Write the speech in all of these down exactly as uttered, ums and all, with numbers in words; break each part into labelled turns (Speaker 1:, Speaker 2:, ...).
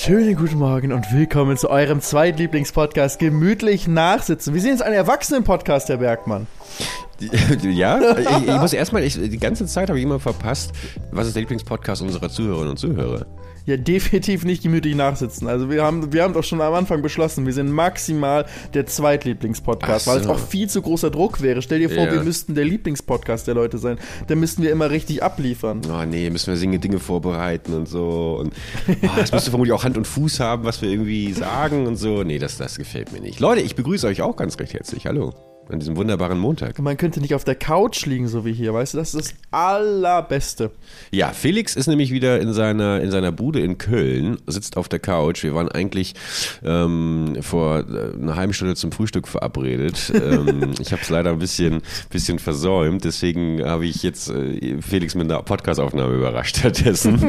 Speaker 1: Schönen guten Morgen und willkommen zu eurem Zweitlieblingspodcast Gemütlich Nachsitzen. Wir sind jetzt ein Erwachsenen-Podcast, Herr Bergmann.
Speaker 2: Ja, ich, ich muss erstmal, ich, die ganze Zeit habe ich immer verpasst, was ist der Lieblingspodcast unserer Zuhörerinnen und Zuhörer?
Speaker 1: Ja, definitiv nicht Gemütlich Nachsitzen. Also wir haben, wir haben doch schon am Anfang beschlossen, wir sind maximal der Zweitlieblingspodcast, so. Weil es auch viel zu großer Druck wäre. Stell dir vor, ja. wir müssten der Lieblingspodcast der Leute sein. Dann müssten wir immer richtig abliefern.
Speaker 2: Oh nee, müssen wir Dinge, Dinge vorbereiten und so. Und oh, das müsste vermutlich auch Hand und Fuß haben, was wir irgendwie sagen und so. Nee, das, das gefällt mir nicht. Leute, ich begrüße euch auch ganz recht herzlich. Hallo. An diesem wunderbaren Montag.
Speaker 1: Man könnte nicht auf der Couch liegen, so wie hier, weißt du? Das ist das Allerbeste.
Speaker 2: Ja, Felix ist nämlich wieder in seiner, in seiner Bude in Köln, sitzt auf der Couch. Wir waren eigentlich ähm, vor einer halben Stunde zum Frühstück verabredet. ähm, ich habe es leider ein bisschen, bisschen versäumt, deswegen habe ich jetzt äh, Felix mit einer Podcastaufnahme überrascht stattdessen.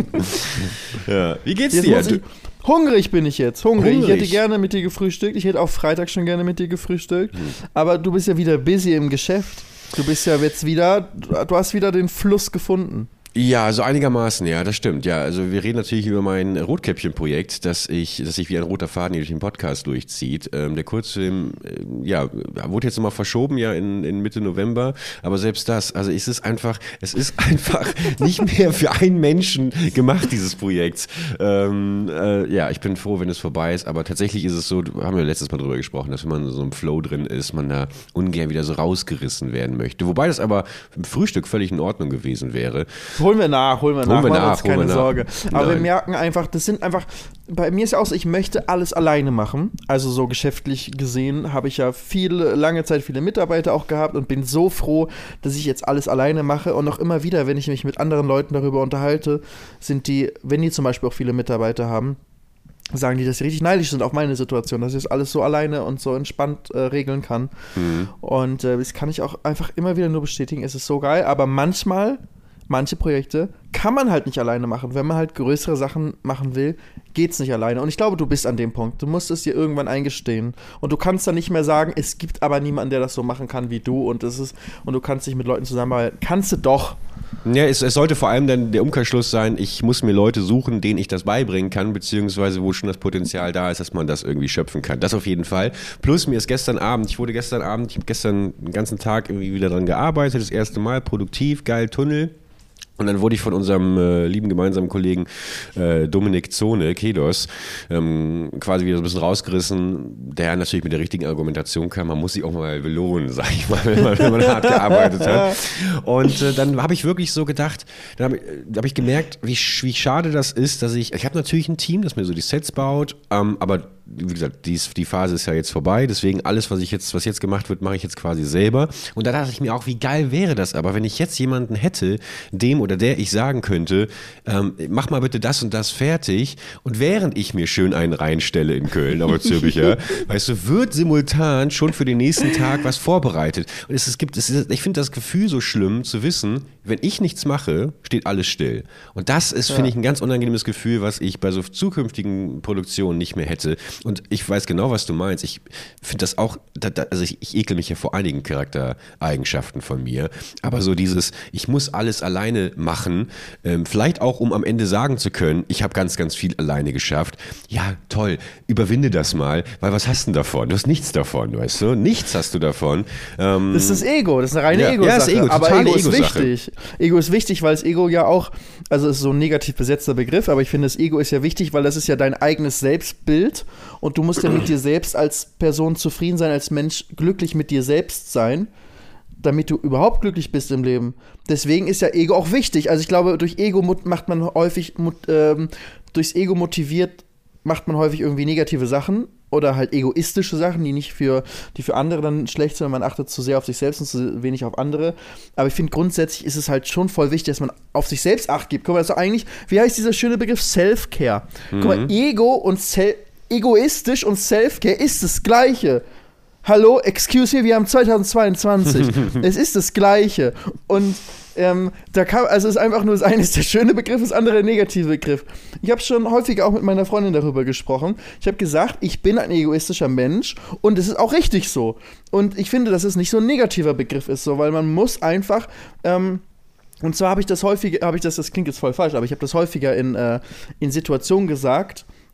Speaker 2: Ja. Wie geht's
Speaker 1: jetzt
Speaker 2: dir?
Speaker 1: Ich, hungrig bin ich jetzt, hungrig.
Speaker 2: hungrig.
Speaker 1: Ich hätte gerne mit dir gefrühstückt. Ich hätte auch Freitag schon gerne mit dir gefrühstückt. Hm. Aber du bist ja wieder busy im Geschäft. Du bist ja jetzt wieder, du hast wieder den Fluss gefunden.
Speaker 2: Ja, so einigermaßen, ja, das stimmt. Ja, also wir reden natürlich über mein Rotkäppchen-Projekt, das ich, das sich wie ein roter Faden hier durch den Podcast durchzieht. Ähm, der Kurzfilm, äh, ja, wurde jetzt nochmal verschoben, ja, in, in Mitte November. Aber selbst das, also es ist einfach, es ist einfach nicht mehr für einen Menschen gemacht, dieses Projekt. Ähm, äh, ja, ich bin froh, wenn es vorbei ist. Aber tatsächlich ist es so, haben wir letztes Mal drüber gesprochen, dass wenn man so im Flow drin ist, man da ungern wieder so rausgerissen werden möchte. Wobei das aber im Frühstück völlig in Ordnung gewesen wäre.
Speaker 1: Holen wir nach, holen wir
Speaker 2: holen
Speaker 1: nach,
Speaker 2: wir
Speaker 1: machen
Speaker 2: nach,
Speaker 1: uns keine
Speaker 2: wir
Speaker 1: Sorge. Aber
Speaker 2: Nein.
Speaker 1: wir merken einfach, das sind einfach, bei mir ist ja auch so, ich möchte alles alleine machen. Also so geschäftlich gesehen habe ich ja viele, lange Zeit viele Mitarbeiter auch gehabt und bin so froh, dass ich jetzt alles alleine mache. Und auch immer wieder, wenn ich mich mit anderen Leuten darüber unterhalte, sind die, wenn die zum Beispiel auch viele Mitarbeiter haben, sagen die, dass sie richtig neidisch sind auf meine Situation, dass ich das alles so alleine und so entspannt äh, regeln kann. Mhm. Und äh, das kann ich auch einfach immer wieder nur bestätigen, es ist so geil, aber manchmal Manche Projekte kann man halt nicht alleine machen. Wenn man halt größere Sachen machen will, geht's nicht alleine. Und ich glaube, du bist an dem Punkt. Du musst es dir irgendwann eingestehen. Und du kannst dann nicht mehr sagen, es gibt aber niemanden, der das so machen kann wie du. Und, das ist, und du kannst nicht mit Leuten zusammenarbeiten. Kannst du doch.
Speaker 2: Ja, es, es sollte vor allem dann der Umkehrschluss sein, ich muss mir Leute suchen, denen ich das beibringen kann, beziehungsweise wo schon das Potenzial da ist, dass man das irgendwie schöpfen kann. Das auf jeden Fall. Plus mir ist gestern Abend, ich wurde gestern Abend, ich habe gestern den ganzen Tag irgendwie wieder dran gearbeitet, das erste Mal, produktiv, geil, Tunnel. Und dann wurde ich von unserem äh, lieben gemeinsamen Kollegen äh, Dominik Zone, Kedos, ähm, quasi wieder so ein bisschen rausgerissen, der natürlich mit der richtigen Argumentation kam, man muss sich auch mal belohnen, sag ich mal, wenn man, wenn man hart gearbeitet hat. Und äh, dann habe ich wirklich so gedacht, dann habe ich, hab ich gemerkt, wie, wie schade das ist, dass ich, ich habe natürlich ein Team, das mir so die Sets baut, ähm, aber wie gesagt, die, die Phase ist ja jetzt vorbei, deswegen alles, was ich jetzt, was jetzt gemacht wird, mache ich jetzt quasi selber. Und da dachte ich mir auch, wie geil wäre das aber, wenn ich jetzt jemanden hätte, dem oder der ich sagen könnte, ähm, mach mal bitte das und das fertig, und während ich mir schön einen reinstelle in Köln, aber Zürcher, weißt du, wird simultan schon für den nächsten Tag was vorbereitet. Und es, es gibt, es ist, ich finde das Gefühl so schlimm zu wissen, wenn ich nichts mache, steht alles still. Und das ist, ja. finde ich, ein ganz unangenehmes Gefühl, was ich bei so zukünftigen Produktionen nicht mehr hätte. Und ich weiß genau, was du meinst. Ich finde das auch, also ich, ich ekel mich ja vor einigen Charaktereigenschaften von mir, aber so dieses, ich muss alles alleine machen, ähm, vielleicht auch, um am Ende sagen zu können, ich habe ganz, ganz viel alleine geschafft. Ja, toll, überwinde das mal, weil was hast du denn davon? Du hast nichts davon, weißt du? Nichts hast du davon. Ähm,
Speaker 1: das ist das Ego, das ist eine reine
Speaker 2: ja,
Speaker 1: Ego-Sache.
Speaker 2: Ja, das ist Ego,
Speaker 1: aber Ego ist
Speaker 2: Ego-Sache.
Speaker 1: wichtig. Ego ist wichtig, weil das Ego ja auch, also es ist so ein negativ besetzter Begriff, aber ich finde, das Ego ist ja wichtig, weil das ist ja dein eigenes Selbstbild und du musst ja mit dir selbst als Person zufrieden sein, als Mensch glücklich mit dir selbst sein, damit du überhaupt glücklich bist im Leben. Deswegen ist ja Ego auch wichtig. Also ich glaube, durch Ego macht man häufig, ähm, durchs Ego motiviert, macht man häufig irgendwie negative Sachen oder halt egoistische Sachen, die nicht für, die für andere dann schlecht sind, man achtet zu sehr auf sich selbst und zu wenig auf andere. Aber ich finde, grundsätzlich ist es halt schon voll wichtig, dass man auf sich selbst Acht gibt. Guck mal, das ist eigentlich, wie heißt dieser schöne Begriff? Self-Care. Mhm. Guck mal, Ego und Self egoistisch und Self-Care ist das Gleiche. Hallo, excuse me, wir haben zweitausendzweiundzwanzig. Es ist das Gleiche. Und ähm, da kann, also es ist einfach nur, das eine ist der schöne Begriff, das andere der negative Begriff. Ich habe schon häufiger auch mit meiner Freundin darüber gesprochen. Ich habe gesagt, ich bin ein egoistischer Mensch und es ist auch richtig so. Und ich finde, dass es nicht so ein negativer Begriff ist, so, weil man muss einfach ähm, und zwar habe ich das häufiger, habe ich das, das klingt jetzt voll falsch, aber ich habe das häufiger in, äh, in Situationen gesagt,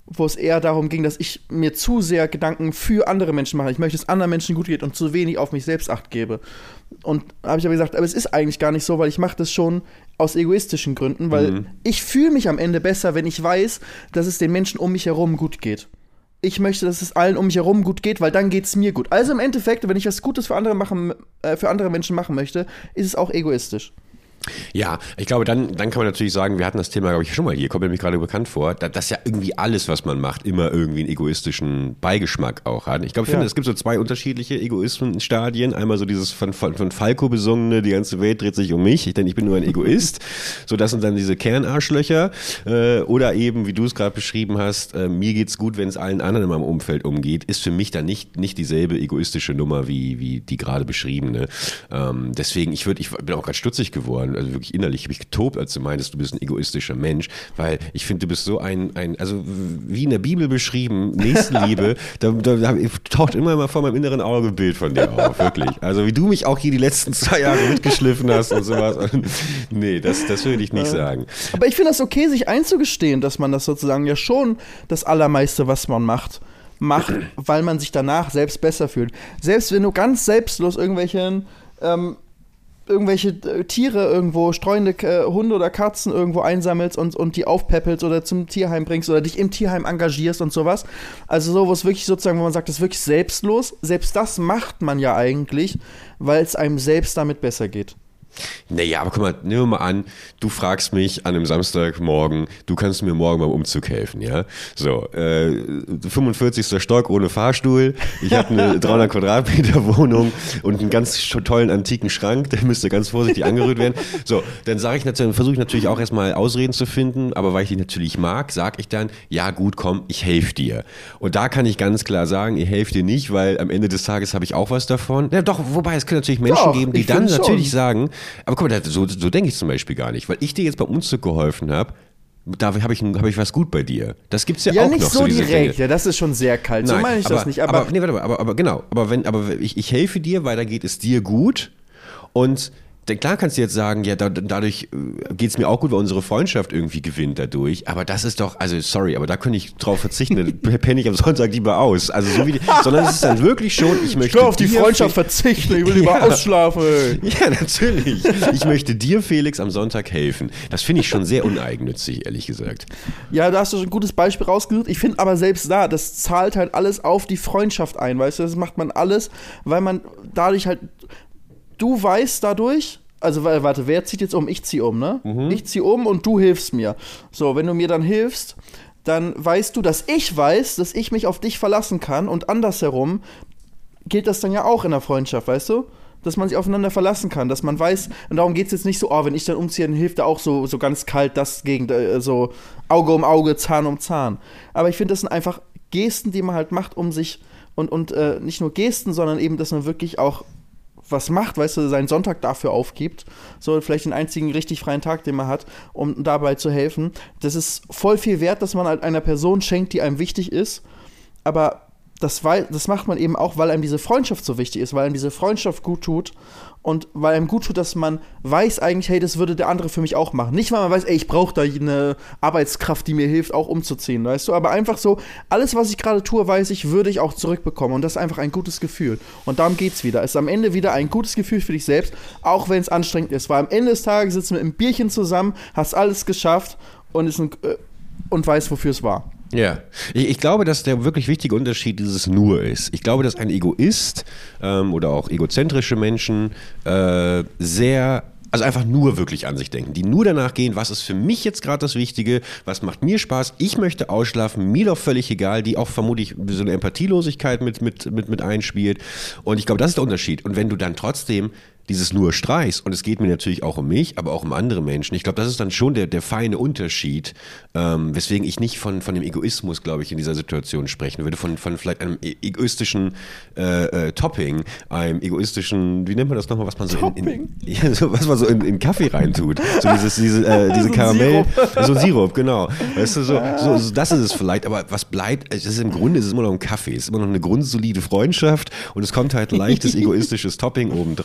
Speaker 1: wo es eher darum ging, dass ich mir zu sehr Gedanken für andere Menschen mache. Ich möchte, dass es anderen Menschen gut geht und zu wenig auf mich selbst Acht gebe. Und habe ich aber gesagt, aber es ist eigentlich gar nicht so, weil ich mache das schon aus egoistischen Gründen, weil mhm. ich fühle mich am Ende besser, wenn ich weiß, dass es den Menschen um mich herum gut geht. Ich möchte, dass es allen um mich herum gut geht, weil dann geht es mir gut. Also im Endeffekt, wenn ich was Gutes für andere, machen, äh, für andere Menschen machen möchte, ist es auch egoistisch.
Speaker 2: Ja, ich glaube, dann, dann kann man natürlich sagen, wir hatten das Thema, glaube ich, schon mal hier, kommt mir nämlich gerade bekannt vor, dass ja irgendwie alles, was man macht, immer irgendwie einen egoistischen Beigeschmack auch hat. Ich glaube, ich ja. finde, es gibt so zwei unterschiedliche Egoismen-Stadien. Einmal so dieses von, von, von Falco besungene, die ganze Welt dreht sich um mich, ich denke, ich bin nur ein Egoist. So, das sind dann diese Kernarschlöcher. Äh, oder eben, wie du es gerade beschrieben hast, äh, mir geht's gut, wenn es allen anderen in meinem Umfeld umgeht, ist für mich dann nicht, nicht dieselbe egoistische Nummer wie, wie die gerade beschriebene. Ähm, deswegen, ich, würd, ich bin auch gerade stutzig geworden. Also wirklich innerlich habe ich getobt, als du meintest, du bist ein egoistischer Mensch, weil ich finde, du bist so ein, ein, also wie in der Bibel beschrieben, Nächstenliebe, da, da, da taucht immer mal vor meinem inneren Auge ein Bild von dir auf, wirklich. Also wie du mich auch hier die letzten zwei Jahre mitgeschliffen hast und sowas. Nee, das, das würde ich nicht sagen.
Speaker 1: Aber ich finde das okay, sich einzugestehen, dass man das sozusagen ja schon das Allermeiste, was man macht, macht, weil man sich danach selbst besser fühlt. Selbst wenn du ganz selbstlos irgendwelchen ähm, irgendwelche äh, Tiere irgendwo, streunende äh, Hunde oder Katzen irgendwo einsammelst und, und die aufpäppelst oder zum Tierheim bringst oder dich im Tierheim engagierst und sowas. Also so, wo es wirklich sozusagen, wo man sagt, das ist wirklich selbstlos. Selbst das macht man ja eigentlich, weil es einem selbst damit besser geht.
Speaker 2: Naja, aber guck mal, nehmen wir mal an, du fragst mich an einem Samstagmorgen, du kannst mir morgen beim Umzug helfen, ja? So, äh, fünfundvierzigster Stock ohne Fahrstuhl, ich habe eine dreihundert Quadratmeter Wohnung und einen ganz tollen antiken Schrank, der müsste ganz vorsichtig angerührt werden. So, dann sage ich natürlich, versuche ich natürlich auch erstmal Ausreden zu finden, aber weil ich dich natürlich mag, sage ich dann, ja gut, komm, ich helfe dir. Und da kann ich ganz klar sagen, ich helfe dir nicht, weil am Ende des Tages habe ich auch was davon. Ja doch, wobei es können natürlich Menschen doch, geben, die dann natürlich schon sagen, aber guck mal, so, so denke ich zum Beispiel gar nicht, weil ich dir jetzt beim Umzug geholfen habe, da habe ich, hab ich was gut bei dir. Das gibt's ja, ja auch noch. Ja, nicht
Speaker 1: so, so direkt, ja, das ist schon sehr kalt, Nein, so meine ich
Speaker 2: aber,
Speaker 1: das nicht. Aber,
Speaker 2: aber, nee, warte mal, aber, aber genau, aber, wenn, aber ich, ich helfe dir, weil da geht es dir gut und denn klar kannst du jetzt sagen, ja, da, dadurch geht's mir auch gut, weil unsere Freundschaft irgendwie gewinnt dadurch. Aber das ist doch, also sorry, aber da könnte ich drauf verzichten, dann penne ich am Sonntag lieber aus. Also so wie die, sondern es ist dann wirklich schon, ich möchte.
Speaker 1: Ich will auf die Freundschaft verzichten, ich will lieber ja, ausschlafen.
Speaker 2: Ja, natürlich. Ich möchte dir, Felix, am Sonntag helfen. Das finde ich schon sehr uneigennützig, ehrlich gesagt.
Speaker 1: Ja, da hast du schon ein gutes Beispiel rausgesucht. Ich finde aber selbst da, das zahlt halt alles auf die Freundschaft ein, weißt du, das macht man alles, weil man dadurch halt. Du weißt dadurch, also warte, wer zieht jetzt um? Ich ziehe um, ne? Mhm. Ich ziehe um und du hilfst mir. So, wenn du mir dann hilfst, dann weißt du, dass ich weiß, dass ich mich auf dich verlassen kann und andersherum gilt das dann ja auch in der Freundschaft, weißt du? Dass man sich aufeinander verlassen kann, dass man weiß, und darum geht es jetzt nicht so, oh, wenn ich dann umziehe, dann hilft er auch so, so ganz kalt das gegen, äh, so Auge um Auge, Zahn um Zahn. Aber ich finde, das sind einfach Gesten, die man halt macht, um sich, und, und äh, nicht nur Gesten, sondern eben, dass man wirklich auch was macht, weißt du, seinen Sonntag dafür aufgibt, so vielleicht den einzigen richtig freien Tag, den man hat, um dabei zu helfen. Das ist voll viel wert, dass man halt einer Person schenkt, die einem wichtig ist, aber das, das macht man eben auch, weil einem diese Freundschaft so wichtig ist, weil einem diese Freundschaft gut tut und weil einem gut tut, dass man weiß eigentlich, hey, das würde der andere für mich auch machen. Nicht, weil man weiß, ey, ich brauche da eine Arbeitskraft, die mir hilft, auch umzuziehen, weißt du, aber einfach so, alles, was ich gerade tue, weiß ich, würde ich auch zurückbekommen und das ist einfach ein gutes Gefühl. Und darum geht's wieder. Es ist am Ende wieder ein gutes Gefühl für dich selbst, auch wenn es anstrengend ist, weil am Ende des Tages sitzen wir im Bierchen zusammen, hast alles geschafft und, ist ein, äh, und weißt, wofür es war.
Speaker 2: Ja, ich, ich glaube, dass der wirklich wichtige Unterschied dieses Nur ist. Ich glaube, dass ein Egoist ähm, oder auch egozentrische Menschen äh, sehr, also einfach nur wirklich an sich denken, die nur danach gehen, was ist für mich jetzt gerade das Wichtige, was macht mir Spaß, ich möchte ausschlafen, mir doch völlig egal, die auch vermutlich so eine Empathielosigkeit mit, mit, mit, mit einspielt. Und ich glaube, das ist der Unterschied. Und wenn du dann trotzdem dieses nur streichst, und es geht mir natürlich auch um mich, aber auch um andere Menschen. Ich glaube, das ist dann schon der, der feine Unterschied, ähm, weswegen ich nicht von, von dem Egoismus, glaube ich, in dieser Situation sprechen würde, von, von vielleicht einem e- egoistischen äh, äh, Topping, einem egoistischen, wie nennt man das nochmal, was man so in, in, ja, so, was man so in, in Kaffee reintut. So dieses, diese, äh, diese so Karamell, Sirup. so Sirup, genau. Weißt du, so, so, so, das ist es vielleicht, aber was bleibt, es ist im Grunde, es ist immer noch ein Kaffee, es ist immer noch eine grundsolide Freundschaft und es kommt halt ein leichtes egoistisches Topping oben drauf, weil ich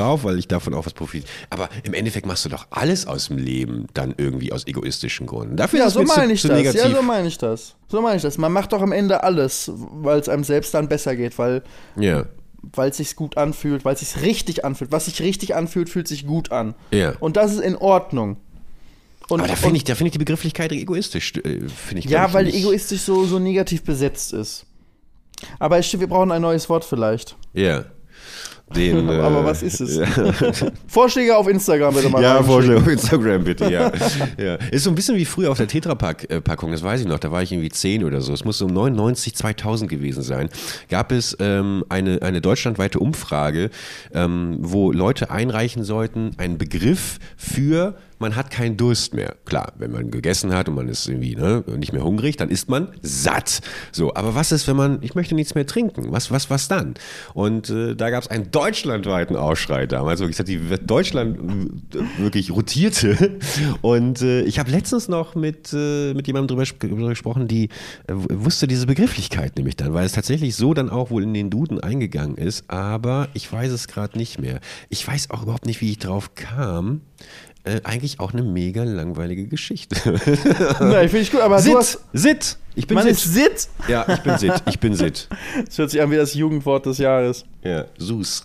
Speaker 2: ich davon auch was profitiere. Aber im Endeffekt machst du doch alles aus dem Leben dann irgendwie aus egoistischen Gründen. Dafür
Speaker 1: Ja,
Speaker 2: ist es
Speaker 1: so
Speaker 2: mir zu,
Speaker 1: meine ich
Speaker 2: zu
Speaker 1: das.
Speaker 2: negativ.
Speaker 1: Ja, so meine ich das. So meine ich das. Man macht doch am Ende alles, weil es einem selbst dann besser geht, weil
Speaker 2: Ja.
Speaker 1: weil es sich gut anfühlt, weil es sich richtig anfühlt. Was sich richtig anfühlt, fühlt sich gut an.
Speaker 2: Ja.
Speaker 1: Und das ist in Ordnung. Und,
Speaker 2: Aber da finde
Speaker 1: und-
Speaker 2: ich, da finde ich die Begrifflichkeit egoistisch. äh, Finde ich,
Speaker 1: Ja,
Speaker 2: glaub ich,
Speaker 1: weil
Speaker 2: nicht.
Speaker 1: egoistisch so, so negativ besetzt ist. Aber es stimmt, wir brauchen ein neues Wort vielleicht.
Speaker 2: Ja. Den,
Speaker 1: Aber
Speaker 2: äh,
Speaker 1: was ist es?
Speaker 2: Ja,
Speaker 1: Vorschläge auf Instagram bitte mal
Speaker 2: ja
Speaker 1: reinschicken.
Speaker 2: Vorschläge auf Instagram bitte, ja. ja. Ist so ein bisschen wie früher auf der Tetra-Pack-Packung, das weiß ich noch, da war ich irgendwie zehn oder so. Es muss so um neunundneunzig, zweitausend gewesen sein. Gab es ähm, eine, eine deutschlandweite Umfrage, ähm, wo Leute einreichen sollten, einen Begriff für man hat keinen Durst mehr. Klar, wenn man gegessen hat und man ist irgendwie ne, nicht mehr hungrig, dann ist man satt. So, aber was ist, wenn man, ich möchte nichts mehr trinken? Was, was, was dann? Und äh, da gab es einen deutschlandweiten Aufschrei damals. Ich sagte, die Deutschland äh, wirklich rotierte. Und äh, ich habe letztens noch mit, äh, mit jemandem drüber sp- gesprochen, die äh, wusste diese Begrifflichkeit nämlich dann, weil es tatsächlich so dann auch wohl in den Duden eingegangen ist. Aber ich weiß es gerade nicht mehr. Ich weiß auch überhaupt nicht, wie ich drauf kam. Äh, eigentlich auch eine mega langweilige Geschichte.
Speaker 1: Nein, finde ich gut, aber
Speaker 2: Sit,
Speaker 1: du hast,
Speaker 2: Sit. Ich bin
Speaker 1: man
Speaker 2: Sit.
Speaker 1: ist Sit.
Speaker 2: Ja, ich bin Sit. Ich bin Sit.
Speaker 1: Das hört sich an wie das Jugendwort des Jahres.
Speaker 2: Ja, Sus.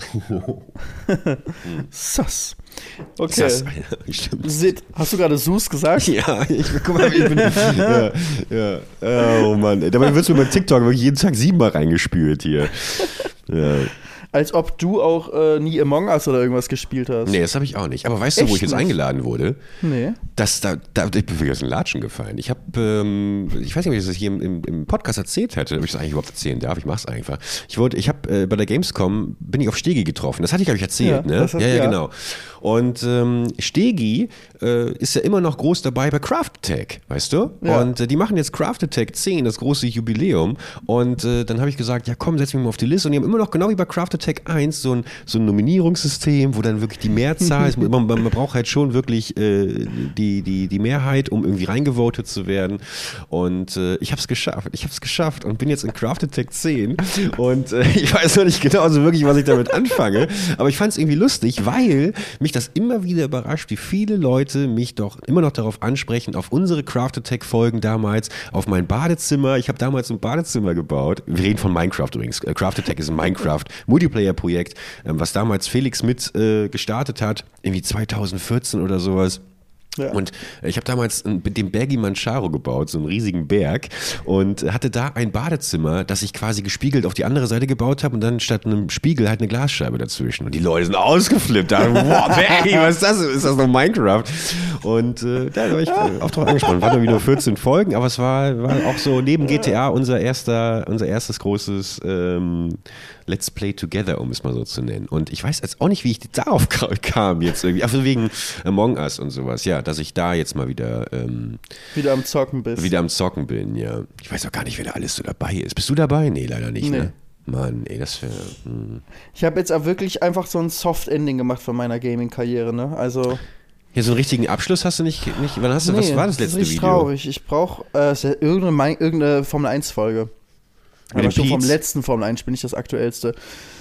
Speaker 1: Sass. Okay.
Speaker 2: Sass, stimmt.
Speaker 1: Sit. Hast du gerade Sus gesagt?
Speaker 2: Ja, ich, guck mal, ich bin. ja, ja. Oh Mann. Dabei wird es mir bei TikTok wirklich jeden Tag siebenmal reingespült hier. Ja.
Speaker 1: Als ob du auch äh, nie Among Us oder irgendwas gespielt hast.
Speaker 2: Nee, das habe ich auch nicht. Aber weißt du, wo
Speaker 1: Echt
Speaker 2: ich jetzt
Speaker 1: nicht?
Speaker 2: eingeladen wurde?
Speaker 1: Nee.
Speaker 2: Das, da, da, ich bin wirklich aus den Latschen gefallen. Ich habe, ähm, ich weiß nicht, ob ich das hier im, im, im Podcast erzählt hätte, ob ich das eigentlich überhaupt erzählen darf. Ich mache es einfach. Ich wollte, ich habe äh, bei der Gamescom bin ich auf Stegi getroffen. Das hatte ich, glaube ich, erzählt,
Speaker 1: Ja,
Speaker 2: ne?
Speaker 1: das hast-
Speaker 2: ja, ja,
Speaker 1: ja.
Speaker 2: genau. Und ähm, Stegi äh, ist ja immer noch groß dabei bei Craft Attack, weißt du?
Speaker 1: Ja.
Speaker 2: Und äh, die machen jetzt Craft Attack zehn, das große Jubiläum. Und äh, dann habe ich gesagt, ja komm, setz mich mal auf die Liste. Und die haben immer noch, genau wie bei Craft Attack eins, so ein, so ein Nominierungssystem, wo dann wirklich die Mehrzahl ist. Man, man, man braucht halt schon wirklich äh, die, die, die Mehrheit, um irgendwie reingevotet zu werden. Und äh, ich habe es geschafft. Ich habe es geschafft und bin jetzt in Craft Attack zehn. Und äh, ich weiß noch nicht genau so wirklich, was ich damit anfange. Aber ich fand es irgendwie lustig, weil mich das immer wieder überrascht, wie viele Leute mich doch immer noch darauf ansprechen, auf unsere Craft Attack Folgen damals, auf mein Badezimmer. Ich habe damals ein Badezimmer gebaut. Wir reden von Minecraft übrigens. Äh, Craft Attack ist ein Minecraft Multiplayer-Projekt, ähm, was damals Felix mit äh, gestartet hat, irgendwie zweitausendvierzehn oder sowas.
Speaker 1: Ja.
Speaker 2: Und ich habe damals den Bergi Mancharo gebaut, so einen riesigen Berg, und hatte da ein Badezimmer, das ich quasi gespiegelt auf die andere Seite gebaut habe und dann statt einem Spiegel halt eine Glasscheibe dazwischen. Und die Leute sind ausgeflippt. Da, wow, Bergi, was ist das? Ist das noch Minecraft? Und äh, da war ich auch drauf angesprochen. Waren irgendwie nur vierzehn Folgen, aber es war, war auch so neben G T A unser erster, unser erstes großes ähm, Let's Play Together, um es mal so zu nennen. Und ich weiß jetzt auch nicht, wie ich darauf kam jetzt irgendwie. Also wegen Among Us und sowas. Ja, dass ich da jetzt mal wieder ähm,
Speaker 1: Wieder am Zocken bist.
Speaker 2: wieder am Zocken bin, ja. Ich weiß auch gar nicht, wer da alles so dabei ist. Bist du dabei? Nee, leider nicht,
Speaker 1: Nee.
Speaker 2: ne? Mann, ey, das wäre... Hm.
Speaker 1: Ich habe jetzt auch wirklich einfach so ein Soft-Ending gemacht von meiner Gaming-Karriere, ne? Also.
Speaker 2: Hier so einen richtigen Abschluss hast du nicht... nicht wann hast du, was war das letzte
Speaker 1: ist richtig
Speaker 2: Video?
Speaker 1: traurig. Ich brauche äh, ist ja irgendeine, Mai- irgendeine Formel eins Folge.
Speaker 2: Mit
Speaker 1: Aber
Speaker 2: dem
Speaker 1: schon vom
Speaker 2: Pietz?
Speaker 1: letzten Formel eins bin ich das aktuellste.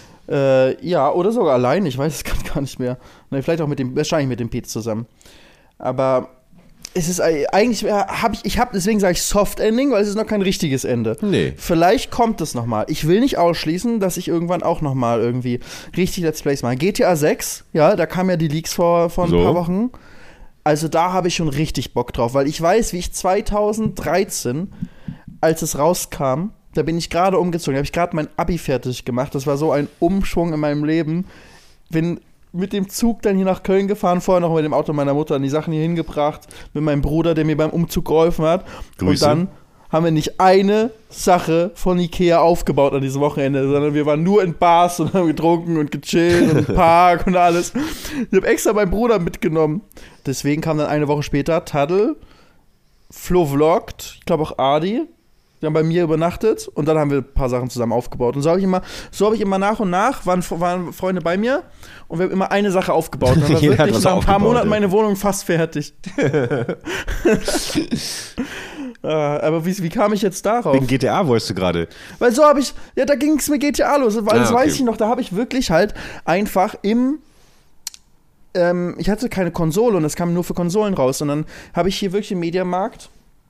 Speaker 1: Äh, ja, oder sogar allein, ich weiß es grad gar nicht mehr. Ne, vielleicht auch mit dem, wahrscheinlich mit dem Pietz zusammen. Aber es ist äh, eigentlich, habe ich, ich habe, deswegen sage ich Soft Ending, weil es ist noch kein richtiges Ende.
Speaker 2: Nee.
Speaker 1: Vielleicht kommt es nochmal. Ich will nicht ausschließen, dass ich irgendwann auch nochmal irgendwie richtig Let's Plays mache. G T A sechs, ja, da kamen ja die Leaks vor, vor ein
Speaker 2: So.
Speaker 1: paar Wochen. Also da habe ich schon richtig Bock drauf, weil ich weiß, wie ich zweitausenddreizehn, als es rauskam, da bin ich gerade umgezogen, da habe ich gerade mein Abi fertig gemacht. Das war so ein Umschwung in meinem Leben. Bin mit dem Zug dann hier nach Köln gefahren, vorher noch mit dem Auto meiner Mutter, die Sachen hier hingebracht, mit meinem Bruder, der mir beim Umzug geholfen hat.
Speaker 2: Grüße.
Speaker 1: Und dann haben wir nicht eine Sache von Ikea aufgebaut an diesem Wochenende, sondern wir waren nur in Bars und haben getrunken und gechillt und im Park und alles. Ich habe extra meinen Bruder mitgenommen. Deswegen kam dann eine Woche später Taddel, Flo vloggt, ich glaube auch Adi. Die haben bei mir übernachtet und dann haben wir ein paar Sachen zusammen aufgebaut. Und so habe ich immer, so habe ich immer nach und nach, waren, waren Freunde bei mir und wir haben immer eine Sache aufgebaut. Und dann war
Speaker 2: Jeder hat
Speaker 1: wirklich
Speaker 2: was
Speaker 1: nach ein paar
Speaker 2: aufgebaut,
Speaker 1: Monaten
Speaker 2: ja.
Speaker 1: meine Wohnung fast fertig. äh, aber wie, wie kam ich jetzt darauf?
Speaker 2: Wegen G T A wolltest du gerade.
Speaker 1: Weil so habe ich, ja, da ging es mit G T A los, weil
Speaker 2: Ah,
Speaker 1: das
Speaker 2: okay.
Speaker 1: weiß ich noch, da habe ich wirklich halt einfach im ähm, ich hatte keine Konsole und das kam nur für Konsolen raus. Und dann habe ich hier wirklich im Mediamarkt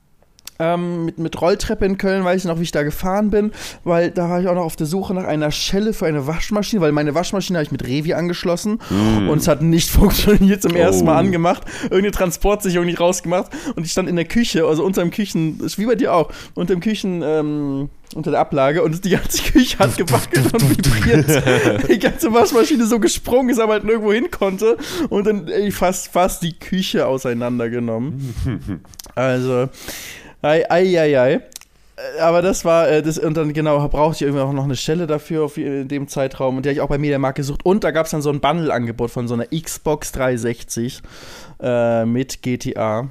Speaker 1: ähm, mit, mit Rolltreppe in Köln, weiß ich noch, wie ich da gefahren bin, weil da war ich auch noch auf der Suche nach einer Schelle für eine Waschmaschine, weil meine Waschmaschine habe ich mit Revi angeschlossen mm. und es hat nicht funktioniert, zum ersten Mal oh. angemacht, irgendeine Transportsicherung nicht rausgemacht und ich stand in der Küche, also unter dem Küchen, wie bei dir auch, unter dem Küchen, ähm, unter der Ablage und die ganze Küche hat gewackelt und vibriert. Die ganze Waschmaschine so gesprungen ist, aber halt nirgendwo hin konnte und dann ey, fast, fast die Küche auseinandergenommen. Also, ei, ei, ei, ei. Aber das war, äh, das, und dann genau, brauchte ich irgendwie auch noch eine Stelle dafür auf, in dem Zeitraum und die habe ich auch bei Mediamarkt gesucht und da gab es dann so ein Bundle-Angebot von so einer Xbox dreihundertsechzig äh, mit G T A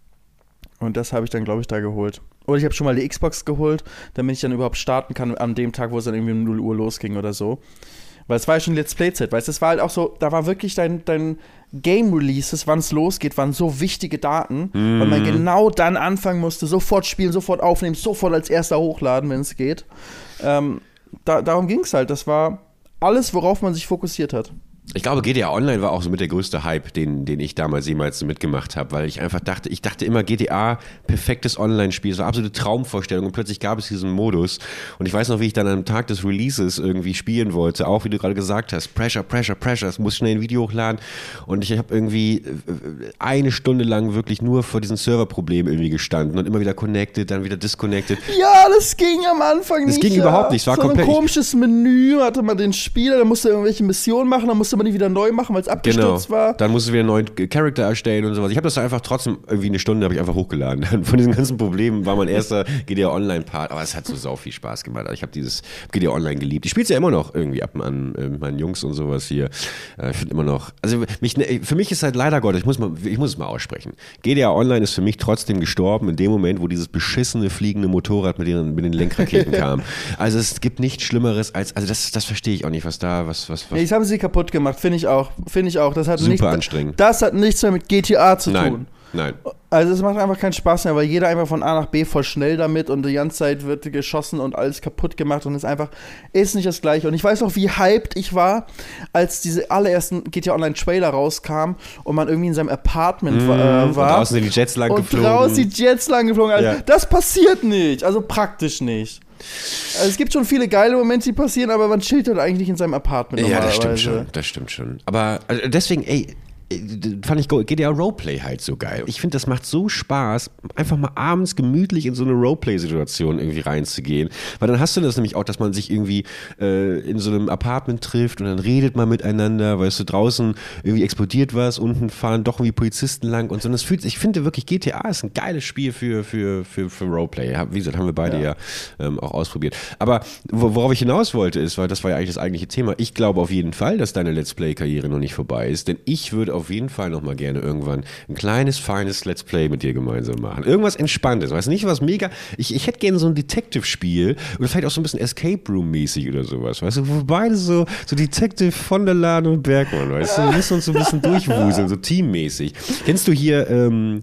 Speaker 1: und das habe ich dann, glaube ich, da geholt. Oder ich habe schon mal die Xbox geholt, damit ich dann überhaupt starten kann an dem Tag, wo es dann irgendwie um null Uhr losging oder so. Weil es war ja schon Let's Play-Zeit, weißt du, es war halt auch so, da war wirklich dein, dein Game-Releases, wann es losgeht, waren so wichtige Daten, mm. weil man genau dann anfangen musste, sofort spielen, sofort aufnehmen, sofort als erster hochladen, wenn es geht. Ähm, da, darum ging es halt, das war alles, worauf man sich fokussiert hat.
Speaker 2: Ich glaube, G T A Online war auch so mit der größte Hype, den, den ich damals jemals mitgemacht habe, weil ich einfach dachte, ich dachte immer G T A, perfektes Online-Spiel, so absolute Traumvorstellung und plötzlich gab es diesen Modus und ich weiß noch, wie ich dann am Tag des Releases irgendwie spielen wollte, auch wie du gerade gesagt hast, Pressure, Pressure, Pressure, es muss schnell ein Video hochladen und ich habe irgendwie eine Stunde lang wirklich nur vor diesen Serverproblemen irgendwie gestanden und immer wieder connected, dann wieder disconnected.
Speaker 1: Ja, das ging am Anfang
Speaker 2: das
Speaker 1: nicht.
Speaker 2: Das ging
Speaker 1: ja.
Speaker 2: überhaupt nicht, es war
Speaker 1: so
Speaker 2: komplett.
Speaker 1: ein komisches Menü, hatte man den Spieler, dann musste er irgendwelche Missionen machen, dann musste man die wieder neu machen, weil es abgestürzt
Speaker 2: genau.
Speaker 1: war.
Speaker 2: Dann musst du wieder einen neuen Charakter erstellen und sowas. Ich habe das einfach trotzdem irgendwie eine Stunde habe ich einfach hochgeladen. Von diesen ganzen Problemen war mein erster G T A Online Part, aber es hat so sau viel Spaß gemacht. Also ich habe dieses G T A Online geliebt. Ich spiele es ja immer noch irgendwie ab an äh, meinen Jungs und sowas hier. Äh, ich finde immer noch, also mich, für mich ist halt leider Gottes, ich muss mal, ich muss es mal aussprechen. G T A Online ist für mich trotzdem gestorben in dem Moment, wo dieses beschissene fliegende Motorrad mit den, mit den Lenkraketen kam. Also es gibt nichts Schlimmeres als, also das, das verstehe ich auch nicht, was da, was, was, was.
Speaker 1: Ja, jetzt haben sie kaputt gemacht, finde ich auch. Finde ich auch. Das hat
Speaker 2: super
Speaker 1: nicht,
Speaker 2: anstrengend.
Speaker 1: Das hat nichts mehr mit G T A zu
Speaker 2: nein,
Speaker 1: tun.
Speaker 2: Nein.
Speaker 1: Also es macht einfach keinen Spaß mehr, weil jeder einfach von A nach B voll schnell damit und die ganze Zeit wird geschossen und alles kaputt gemacht und ist einfach, ist nicht das Gleiche. Und ich weiß noch, wie hyped ich war, als diese allerersten G T A Online Trailer rauskamen und man irgendwie in seinem Apartment
Speaker 2: mmh,
Speaker 1: äh, war. Und
Speaker 2: draußen sind die Jets lang
Speaker 1: und
Speaker 2: geflogen.
Speaker 1: Und draußen die Jets lang geflogen. Also, ja. Das passiert nicht, also praktisch nicht. Also es gibt schon viele geile Momente, die passieren, aber man chillt halt eigentlich nicht in seinem Apartment.
Speaker 2: Ja, das stimmt schon, das stimmt schon. Aber also deswegen, ey, fand ich G T A Roleplay halt so geil. Ich finde, das macht so Spaß, einfach mal abends gemütlich in so eine Roleplay-Situation irgendwie reinzugehen. Weil dann hast du das nämlich auch, dass man sich irgendwie äh, in so einem Apartment trifft und dann redet man miteinander, weißt du, draußen irgendwie explodiert was, unten fahren doch irgendwie Polizisten lang und so. Und das fühlt, ich finde wirklich, G T A ist ein geiles Spiel für, für, für, für Roleplay. Wie gesagt, haben wir beide ja, ja ähm, auch ausprobiert. Aber worauf ich hinaus wollte, ist, weil das war ja eigentlich das eigentliche Thema, ich glaube auf jeden Fall, dass deine Let's Play-Karriere noch nicht vorbei ist, denn ich würde auf jeden Fall noch mal gerne irgendwann ein kleines, feines Let's Play mit dir gemeinsam machen. Irgendwas Entspanntes, weißt du, nicht was mega, ich, ich hätte gerne so ein Detective-Spiel oder vielleicht auch so ein bisschen Escape Room-mäßig oder sowas, weißt du, wo beide so, so Detective von der Laden und Bergmann, weißt du, wir müssen uns so ein bisschen durchwuseln, so teammäßig. Kennst du hier, ähm,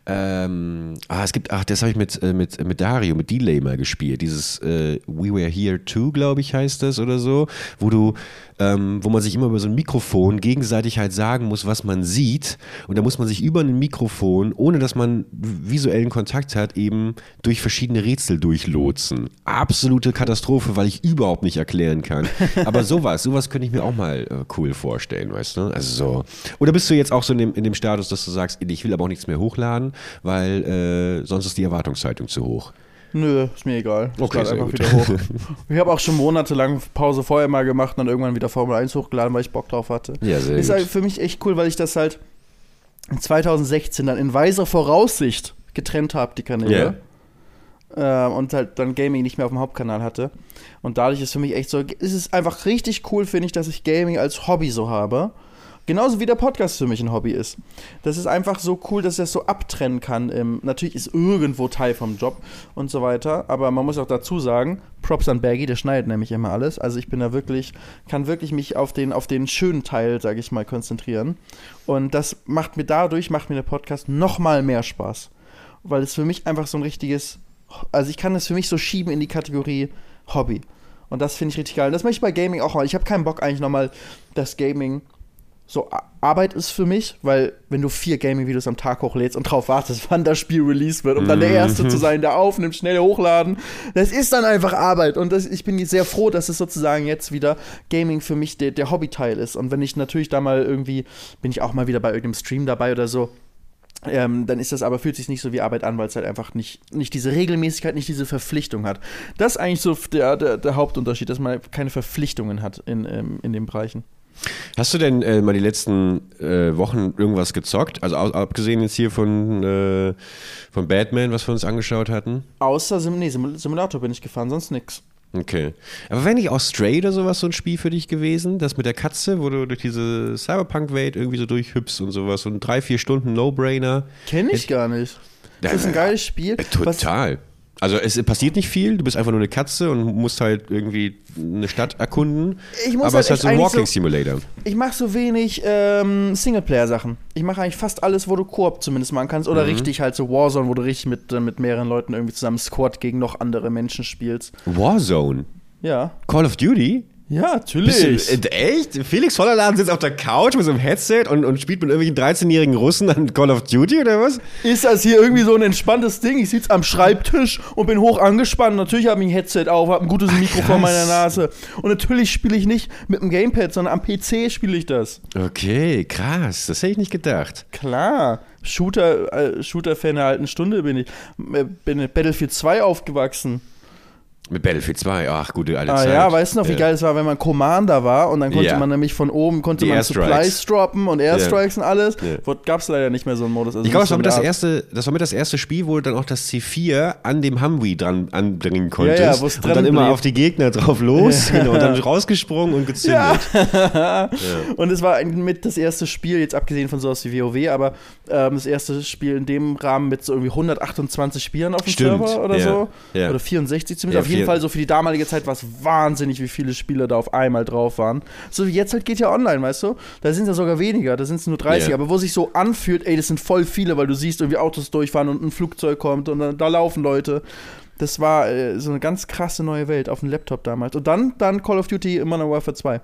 Speaker 2: ähm, ah, es gibt, ach, das habe ich mit, äh, mit, mit Dario, mit Delay mal gespielt, dieses äh, We Were Here Too, glaube ich, heißt das oder so, wo du Ähm, wo man sich immer über so ein Mikrofon gegenseitig halt sagen muss, was man sieht. Und da muss man sich über ein Mikrofon, ohne dass man visuellen Kontakt hat, eben durch verschiedene Rätsel durchlotsen. Absolute Katastrophe, weil ich überhaupt nicht erklären kann. Aber sowas, sowas könnte ich mir auch mal äh, cool vorstellen, weißt du? Also so. Oder bist du jetzt auch so in dem, in dem Status, dass du sagst, ich will aber auch nichts mehr hochladen, weil äh, sonst ist die Erwartungshaltung zu hoch?
Speaker 1: Nö, ist mir egal. Ich
Speaker 2: okay,
Speaker 1: lade einfach
Speaker 2: gut.
Speaker 1: wieder hoch. Ich habe auch schon monatelang Pause vorher mal gemacht und dann irgendwann wieder Formel eins hochgeladen, weil ich Bock drauf hatte.
Speaker 2: Ja, sehr
Speaker 1: ist
Speaker 2: gut.
Speaker 1: halt für mich echt cool, weil ich das halt zwanzig sechzehn dann in weiser Voraussicht getrennt habe, die Kanäle. Yeah. Äh, und halt dann Gaming nicht mehr auf dem Hauptkanal hatte. Und dadurch ist für mich echt so, es ist einfach richtig cool, finde ich, dass ich Gaming als Hobby so habe. Genauso wie der Podcast für mich ein Hobby ist. Das ist einfach so cool, dass ich das so abtrennen kann. Ähm, natürlich ist irgendwo Teil vom Job und so weiter, aber man muss auch dazu sagen, Props an Bergi, der schneidet nämlich immer alles. Also ich bin da wirklich, kann wirklich mich auf den, auf den schönen Teil, sage ich mal, konzentrieren. Und das macht mir dadurch, macht mir der Podcast noch mal mehr Spaß. Weil es für mich einfach so ein richtiges, also ich kann es für mich so schieben in die Kategorie Hobby. Und das finde ich richtig geil. Und das möchte ich bei Gaming auch mal. Ich habe keinen Bock eigentlich nochmal das Gaming so Arbeit ist für mich, weil wenn du vier Gaming-Videos am Tag hochlädst und drauf wartest, wann das Spiel released wird, um dann der Erste zu sein, der aufnimmt, schnell hochladen, das ist dann einfach Arbeit. Und das, ich bin sehr froh, dass es sozusagen jetzt wieder Gaming für mich der, der Hobbyteil ist. Und wenn ich natürlich da mal irgendwie, bin ich auch mal wieder bei irgendeinem Stream dabei oder so, Ähm, dann ist das aber, fühlt sich nicht so wie Arbeit an, weil es halt einfach nicht, nicht diese Regelmäßigkeit, nicht diese Verpflichtung hat. Das ist eigentlich so der, der, der Hauptunterschied, dass man keine Verpflichtungen hat in, ähm, in den Bereichen.
Speaker 2: Hast du denn äh, mal die letzten äh, Wochen irgendwas gezockt? Also au- abgesehen jetzt hier von, äh, von Batman, was wir uns angeschaut hatten?
Speaker 1: Außer Sim- nee, Simul- Simulator bin ich gefahren, sonst nix.
Speaker 2: Okay. Aber wäre nicht auch Stray oder sowas so ein Spiel für dich gewesen? Das mit der Katze, wo du durch diese Cyberpunk-Welt irgendwie so durchhüpfst und sowas. So ein drei, vier Stunden No-Brainer.
Speaker 1: Kenn ich gar nicht. Das ist ein geiles Spiel.
Speaker 2: Äh, total. Also es passiert nicht viel, du bist einfach nur eine Katze und musst halt irgendwie eine Stadt erkunden.
Speaker 1: Ich muss
Speaker 2: aber
Speaker 1: halt
Speaker 2: es ist halt so ein
Speaker 1: eigentlich
Speaker 2: Walking
Speaker 1: so-
Speaker 2: Simulator.
Speaker 1: Ich mache so wenig ähm, Singleplayer-Sachen. Ich mache eigentlich fast alles, wo du Koop zumindest machen kannst. Oder richtig halt so Warzone, wo du richtig mit, äh, mit mehreren Leuten irgendwie zusammen Squad gegen noch andere Menschen spielst.
Speaker 2: Warzone?
Speaker 1: Ja.
Speaker 2: Call of Duty?
Speaker 1: Ja,
Speaker 2: Bist
Speaker 1: natürlich.
Speaker 2: du, äh, echt? Felix Vollerladen sitzt auf der Couch mit so einem Headset und, und spielt mit irgendwelchen dreizehnjährigen Russen an Call of Duty oder was?
Speaker 1: Ist das hier irgendwie so ein entspanntes Ding? Ich sitze am Schreibtisch und bin hoch angespannt. Natürlich habe ich ein Headset auf, habe ein gutes Mikro
Speaker 2: krass.
Speaker 1: vor meiner Nase. Und natürlich spiele ich nicht mit dem Gamepad, sondern am P C spiele ich das.
Speaker 2: Okay, krass. Das hätte ich nicht gedacht.
Speaker 1: Klar. Shooter, äh, Shooter-Fan der alten Stunde bin ich. Äh, bin in Battlefield zwei aufgewachsen.
Speaker 2: Mit Battlefield zwei, ach, gute alte
Speaker 1: Ah
Speaker 2: Zeit.
Speaker 1: ja, weißt du noch, wie
Speaker 2: Ja.
Speaker 1: geil es war, wenn man Commander war und dann konnte
Speaker 2: Ja.
Speaker 1: man nämlich von oben, konnte
Speaker 2: Die
Speaker 1: man
Speaker 2: Airstrikes.
Speaker 1: Supplies droppen und Airstrikes und alles.
Speaker 2: Ja.
Speaker 1: Gab es leider nicht mehr so einen Modus. Also
Speaker 2: Ich glaube, das
Speaker 1: so
Speaker 2: war mit das
Speaker 1: eine Art-
Speaker 2: erste, das war mit das erste Spiel, wo du dann auch das C vier an dem Humvee dran anbringen konntest.
Speaker 1: Ja, ja, wo's
Speaker 2: und
Speaker 1: dran
Speaker 2: dann immer
Speaker 1: blieb.
Speaker 2: auf die Gegner drauf los, genau, und dann rausgesprungen und gezündet.
Speaker 1: Ja. Und es war ein- mit das erste Spiel, jetzt abgesehen von sowas wie WoW, aber ähm, das erste Spiel in dem Rahmen mit so irgendwie hundertachtundzwanzig Spielern auf dem
Speaker 2: Stimmt,
Speaker 1: Server oder
Speaker 2: ja,
Speaker 1: so.
Speaker 2: ja.
Speaker 1: Oder vierundsechzig zumindest.
Speaker 2: Ja,
Speaker 1: auf jeden
Speaker 2: vier-
Speaker 1: Fall so für die damalige Zeit war es wahnsinnig, wie viele Spieler da auf einmal drauf waren. So wie jetzt halt geht ja online, weißt du? Da sind ja sogar weniger, da sind es nur dreißig,
Speaker 2: Ja.
Speaker 1: aber wo sich so anfühlt, ey, das sind voll viele, weil du siehst irgendwie Autos durchfahren und ein Flugzeug kommt und dann, da laufen Leute. Das war äh, so eine ganz krasse neue Welt auf dem Laptop damals. Und dann, dann Call of Duty Modern Warfare zwei.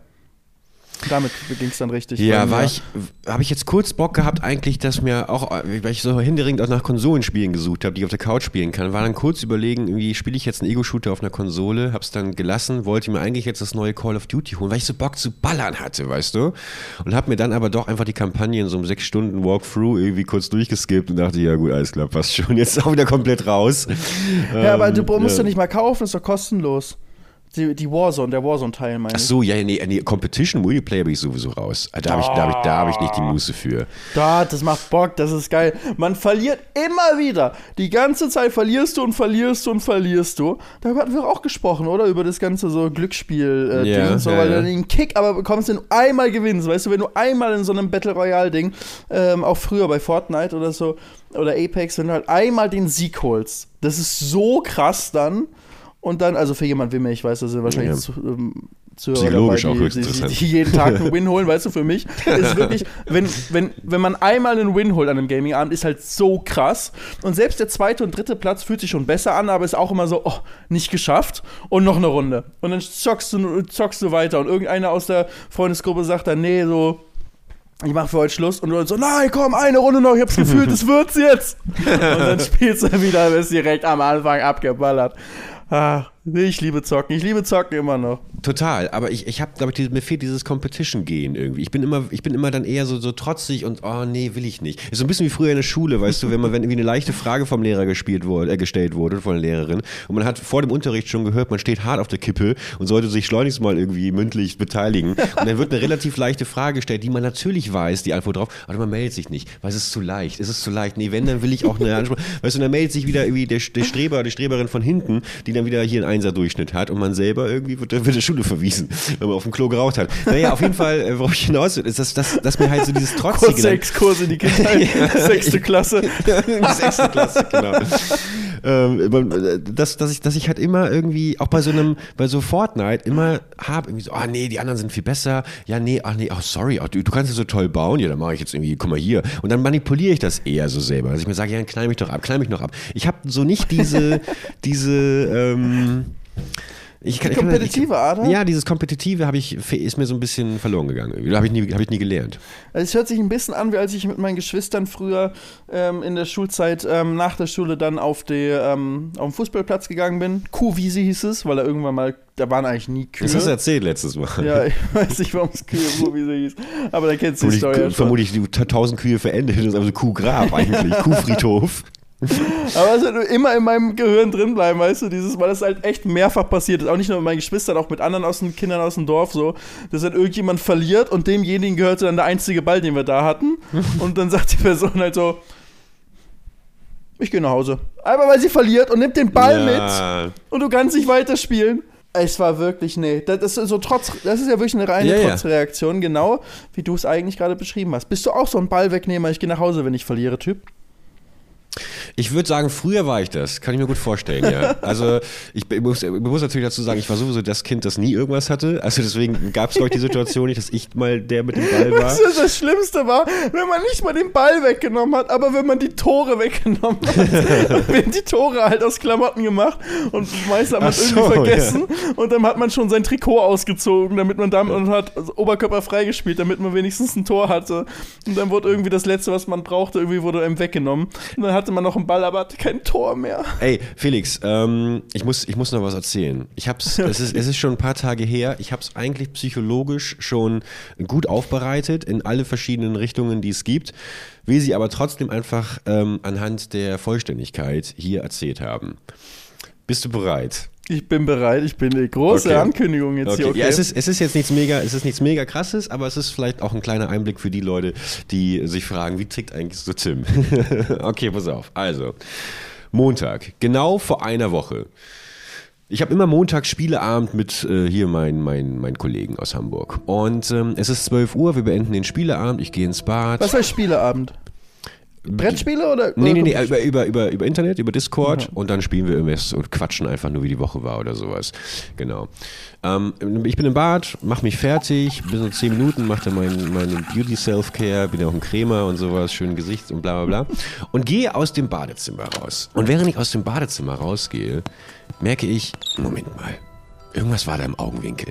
Speaker 1: Damit ging es dann richtig.
Speaker 2: Ja,
Speaker 1: bei
Speaker 2: war
Speaker 1: mir.
Speaker 2: ich, habe ich jetzt kurz Bock gehabt eigentlich, dass mir auch, weil ich so händeringend auch nach Konsolenspielen gesucht habe, die ich auf der Couch spielen kann, war dann kurz überlegen, irgendwie spiele ich jetzt einen Ego-Shooter auf einer Konsole, hab's dann gelassen, wollte mir eigentlich jetzt das neue Call of Duty holen, weil ich so Bock zu ballern hatte, weißt du? Und hab mir dann aber doch einfach die Kampagne in so einem sechs Stunden Walkthrough irgendwie kurz durchgeskippt und dachte, ja gut, alles klar, passt schon, jetzt auch wieder komplett raus.
Speaker 1: Ja, aber du
Speaker 2: Ähm,
Speaker 1: musst ja
Speaker 2: ja.
Speaker 1: nicht mal kaufen, ist doch kostenlos. Die, die Warzone, der Warzone-Teil, meine
Speaker 2: Ach
Speaker 1: ich.
Speaker 2: so, ja, nee, nee, Competition Multiplayer bin ich sowieso raus. Da habe ich, da hab ich, da hab ich nicht die Muße für.
Speaker 1: Da, das macht Bock, das ist geil. Man verliert immer wieder. Die ganze Zeit verlierst du und verlierst du und verlierst du. Darüber hatten wir auch gesprochen, oder? Über das ganze so Glücksspiel-Ding.
Speaker 2: Ja,
Speaker 1: so,
Speaker 2: ja,
Speaker 1: weil
Speaker 2: ja.
Speaker 1: du den Kick aber bekommst, wenn du einmal gewinnst. Weißt du, wenn du einmal in so einem Battle Royale-Ding, ähm, auch früher bei Fortnite oder so, oder Apex, wenn du halt einmal den Sieg holst, das ist so krass dann. Und dann, also für jemanden wie mich, ich weiß, das sind wahrscheinlich
Speaker 2: Ja.
Speaker 1: zu, ähm, Zuhörer
Speaker 2: Psychologisch
Speaker 1: dabei,
Speaker 2: auch
Speaker 1: die,
Speaker 2: höchst
Speaker 1: die,
Speaker 2: interessant.
Speaker 1: die jeden Tag einen Win holen, weißt du, für mich ist wirklich, wenn, wenn, wenn man einmal einen Win holt an einem Gaming-Abend, ist halt so krass. Und selbst der zweite und dritte Platz fühlt sich schon besser an, aber ist auch immer so, oh, nicht geschafft und noch eine Runde. Und dann zockst du, zockst du weiter und irgendeiner aus der Freundesgruppe sagt dann, nee, so, ich mach für heute Schluss und du dann so, nein, komm, eine Runde noch, ich hab's gefühlt, es wird's jetzt. Und dann spielst du wieder, bist direkt am Anfang abgeballert. Ah, nee, ich liebe Zocken, ich liebe Zocken immer noch.
Speaker 2: Total, aber ich, ich habe, glaube ich, dieses, mir fehlt dieses Competition-Gehen irgendwie. Ich bin immer, ich bin immer dann eher so, so trotzig und oh nee, will ich nicht. Ist so ein bisschen wie früher in der Schule, weißt du, wenn man, wenn irgendwie eine leichte Frage vom Lehrer gespielt wurde, äh, gestellt wurde, von der Lehrerin, und man hat vor dem Unterricht schon gehört, man steht hart auf der Kippe und sollte sich schleunigst mal irgendwie mündlich beteiligen. Und dann wird eine relativ leichte Frage gestellt, die man natürlich weiß, die Antwort drauf, aber man meldet sich nicht, weil es ist zu leicht, es ist zu leicht. Nee, wenn, dann will ich auch eine Ansprache. Weißt du, dann meldet sich wieder irgendwie der, der Streber, die Streberin von hinten, die dann wieder hier einen Einser-Durchschnitt hat und man selber irgendwie wird, wird der Schule verwiesen, wenn man auf dem Klo geraucht hat. Naja, auf jeden Fall, äh, worauf ich hinaus will, ist, dass, dass, dass mir halt so dieses Trotzige...
Speaker 1: Kurze Exkurse in die Kindheit,
Speaker 2: Ja.
Speaker 1: sechste Klasse.
Speaker 2: Sechste Klasse, genau. ähm, dass, dass, ich, dass ich halt immer irgendwie, auch bei so einem, bei so Fortnite, immer habe, irgendwie so, ah nee, die anderen sind viel besser, ja nee, ach nee, ach sorry, ach, du, du kannst ja so toll bauen, ja, dann mache ich jetzt irgendwie, guck mal hier. Und dann manipuliere ich das eher so selber, dass ich mir sage, ja, dann knall mich doch ab, knall mich noch ab. Ich habe so nicht diese, diese, ähm, Ich
Speaker 1: kann, Die kompetitive ich, Ader?
Speaker 2: Ja, dieses Kompetitive habe ich, ist mir so ein bisschen verloren gegangen. Habe ich, nie, hab ich nie gelernt.
Speaker 1: Also es hört sich ein bisschen an, wie als ich mit meinen Geschwistern früher ähm, in der Schulzeit ähm, nach der Schule dann auf, die, ähm, auf den Fußballplatz gegangen bin. Kuhwiese hieß es, weil da irgendwann mal, da waren eigentlich nie Kühe.
Speaker 2: Das hast du erzählt letztes Mal.
Speaker 1: Ja, ich weiß nicht, warum es Kühe Kuhwiese hieß. Aber da kennst du die Story.
Speaker 2: Vermutlich die tausend Kühe verendet, das ist also Kuhgrab eigentlich, Kuhfriedhof.
Speaker 1: Aber es wird immer in meinem Gehirn drin bleiben, weißt du, dieses, weil das halt echt mehrfach passiert ist. Auch nicht nur mit meinen Geschwistern, auch mit anderen aus den Kindern aus dem Dorf so, dass dann irgendjemand verliert und demjenigen gehörte dann der einzige Ball, den wir da hatten. Und dann sagt die Person halt so, ich gehe nach Hause. Einfach weil sie verliert und nimmt den Ball ja. mit und du kannst nicht weiterspielen. Es war wirklich, nee, das ist so trotz, das ist ja wirklich eine reine ja, Trotzreaktion, ja. Genau wie du es eigentlich gerade beschrieben hast. Bist du auch so ein Ballwegnehmer, ich gehe nach Hause, wenn ich verliere, Typ?
Speaker 2: Ich würde sagen, früher war ich das. Kann ich mir gut vorstellen, ja. Also ich, ich, muss, ich muss natürlich dazu sagen, ich war sowieso das Kind, das nie irgendwas hatte. Also deswegen gab es, glaube ich, die Situation nicht, dass ich mal der mit dem Ball war.
Speaker 1: Weißt du, das Schlimmste war, wenn man nicht mal den Ball weggenommen hat, aber wenn man die Tore weggenommen hat. Und werden die Tore halt aus Klamotten gemacht und meist hat man es so, irgendwie vergessen. Ja. Und dann hat man schon sein Trikot ausgezogen, damit man damit und hat also Oberkörper freigespielt, damit man wenigstens ein Tor hatte. Und dann wurde irgendwie das Letzte, was man brauchte, irgendwie wurde einem weggenommen. Und dann hatte man noch einen Ball, aber hatte kein Tor mehr.
Speaker 2: Ey, Felix, ähm, ich, muss, ich muss noch was erzählen. Ich hab's, es ist, es ist schon ein paar Tage her, ich habe es eigentlich psychologisch schon gut aufbereitet in alle verschiedenen Richtungen, die es gibt, will sie aber trotzdem einfach ähm, anhand der Vollständigkeit hier erzählt haben. Bist du bereit?
Speaker 1: Ich bin bereit, ich bin eine große okay. Ankündigung jetzt okay. hier. Okay.
Speaker 2: Ja, es ist, es ist jetzt nichts mega, es ist nichts mega krasses, aber es ist vielleicht auch ein kleiner Einblick für die Leute, die sich fragen, wie tickt eigentlich so Tim? Okay, pass auf. Also, Montag, genau vor einer Woche. Ich habe immer Montag Spieleabend mit äh, hier meinen mein, mein Kollegen aus Hamburg. Und ähm, es ist zwölf Uhr, wir beenden den Spieleabend, ich gehe ins Bad.
Speaker 1: Was heißt Spieleabend? Brettspiele oder?
Speaker 2: Nee, nee, nee, über, über, über, über Internet, über Discord ja. Und dann spielen wir irgendwas und quatschen einfach nur, wie die Woche war oder sowas. Genau. Ähm, ich bin im Bad, mach mich fertig, bin so zehn Minuten, mach dann mein, meine Beauty-Self-Care, bin ja auch ein Cremer und sowas, schön Gesicht und bla bla bla. Und gehe aus dem Badezimmer raus. Und während ich aus dem Badezimmer rausgehe, merke ich, Moment mal, irgendwas war da im Augenwinkel.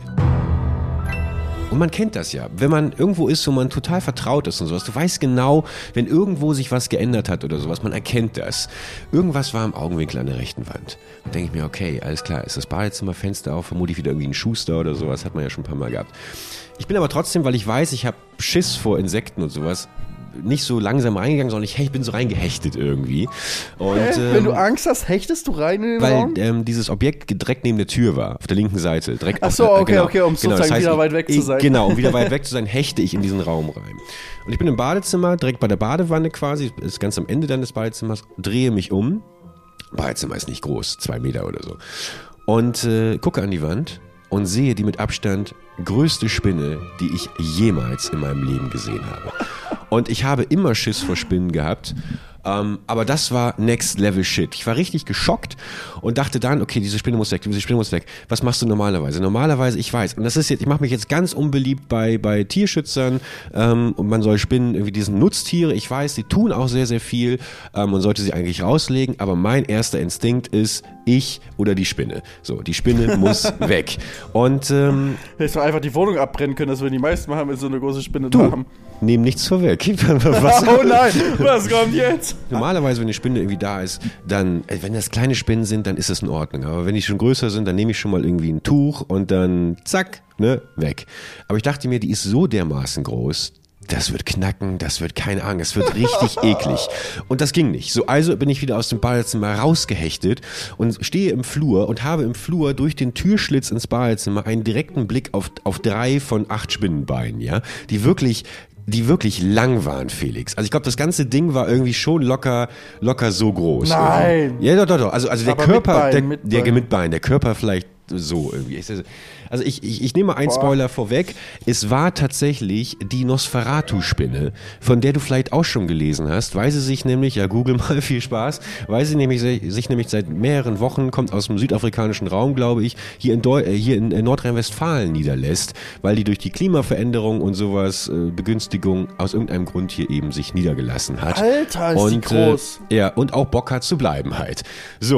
Speaker 2: Und man kennt das ja, wenn man irgendwo ist, wo man total vertraut ist und sowas. Du weißt genau, wenn irgendwo sich was geändert hat oder sowas, man erkennt das. Irgendwas war im Augenwinkel an der rechten Wand. Und denke ich mir, okay, alles klar, ist das Badezimmer, Fenster auf, vermutlich wieder irgendwie ein Schuster oder sowas, hat man ja schon ein paar Mal gehabt. Ich bin aber trotzdem, weil ich weiß, ich habe Schiss vor Insekten und sowas, nicht so langsam reingegangen, sondern ich, hey, ich bin so reingehechtet irgendwie. Und,
Speaker 1: äh, ähm, wenn du Angst hast, hechtest du rein in den
Speaker 2: weil,
Speaker 1: Raum?
Speaker 2: Weil ähm, dieses Objekt direkt neben der Tür war, auf der linken Seite. Direkt
Speaker 1: Ach so,
Speaker 2: auf,
Speaker 1: okay,
Speaker 2: genau,
Speaker 1: okay, um
Speaker 2: genau,
Speaker 1: sozusagen
Speaker 2: das heißt,
Speaker 1: wieder weit weg
Speaker 2: ich,
Speaker 1: zu sein.
Speaker 2: Genau, um wieder weit weg zu sein, hechte ich in diesen Raum rein. Und ich bin im Badezimmer, direkt bei der Badewanne quasi, ist ganz am Ende dann des Badezimmers, drehe mich um. Badezimmer ist nicht groß, zwei Meter oder so. Und äh, gucke an die Wand und sehe die mit Abstand größte Spinne, die ich jemals in meinem Leben gesehen habe. Und ich habe immer Schiss vor Spinnen gehabt, ähm, aber das war Next Level Shit. Ich war richtig geschockt und dachte dann, okay, diese Spinne muss weg, diese Spinne muss weg. Was machst du normalerweise? Normalerweise, ich weiß, und das ist jetzt, ich mache mich jetzt ganz unbeliebt bei, bei Tierschützern ähm, und man soll Spinnen, irgendwie diesen Nutztiere, ich weiß, die tun auch sehr, sehr viel, ähm, man sollte sie eigentlich rauslegen, aber mein erster Instinkt ist, ich oder die Spinne. So, die Spinne muss weg. Und ähm,
Speaker 1: hättest du einfach die Wohnung abbrennen können, das würden die meisten machen, wenn sie so eine große Spinne
Speaker 2: du,
Speaker 1: da haben.
Speaker 2: Nehm nichts vorweg. Was?
Speaker 1: Oh nein, was kommt jetzt?
Speaker 2: Normalerweise, wenn eine Spinne irgendwie da ist, dann, wenn das kleine Spinnen sind, dann ist es in Ordnung. Aber wenn die schon größer sind, dann nehme ich schon mal irgendwie ein Tuch und dann zack, ne, weg. Aber ich dachte mir, die ist so dermaßen groß, das wird knacken, das wird keine Ahnung, es wird richtig eklig. Und das ging nicht. So, also bin ich wieder aus dem Badezimmer rausgehechtet und stehe im Flur und habe im Flur durch den Türschlitz ins Badezimmer einen direkten Blick auf, auf drei von acht Spinnenbeinen, ja, die wirklich die wirklich lang waren, Felix. Also ich glaube, das ganze Ding war irgendwie schon locker, locker so groß.
Speaker 1: Nein.
Speaker 2: Irgendwie. Ja, doch, doch, doch. Also, also der
Speaker 1: Aber
Speaker 2: Körper,
Speaker 1: mit Bein,
Speaker 2: der,
Speaker 1: mit
Speaker 2: der
Speaker 1: Bein.
Speaker 2: mit Bein, der Körper vielleicht so irgendwie. Also ich, ich, ich nehme einen
Speaker 1: Boah.
Speaker 2: Spoiler vorweg. Es war tatsächlich die Nosferatu-Spinne, von der du vielleicht auch schon gelesen hast, weil sie sich nämlich, ja google mal, viel Spaß, weil sie nämlich sich nämlich seit mehreren Wochen, kommt aus dem südafrikanischen Raum, glaube ich, hier in, Deu- äh, hier in Nordrhein-Westfalen niederlässt, weil die durch die Klimaveränderung und sowas, äh, Begünstigung, aus irgendeinem Grund hier eben sich niedergelassen hat.
Speaker 1: Alter, ist
Speaker 2: und,
Speaker 1: die groß.
Speaker 2: Äh, ja, und auch Bock hat zu bleiben halt. So.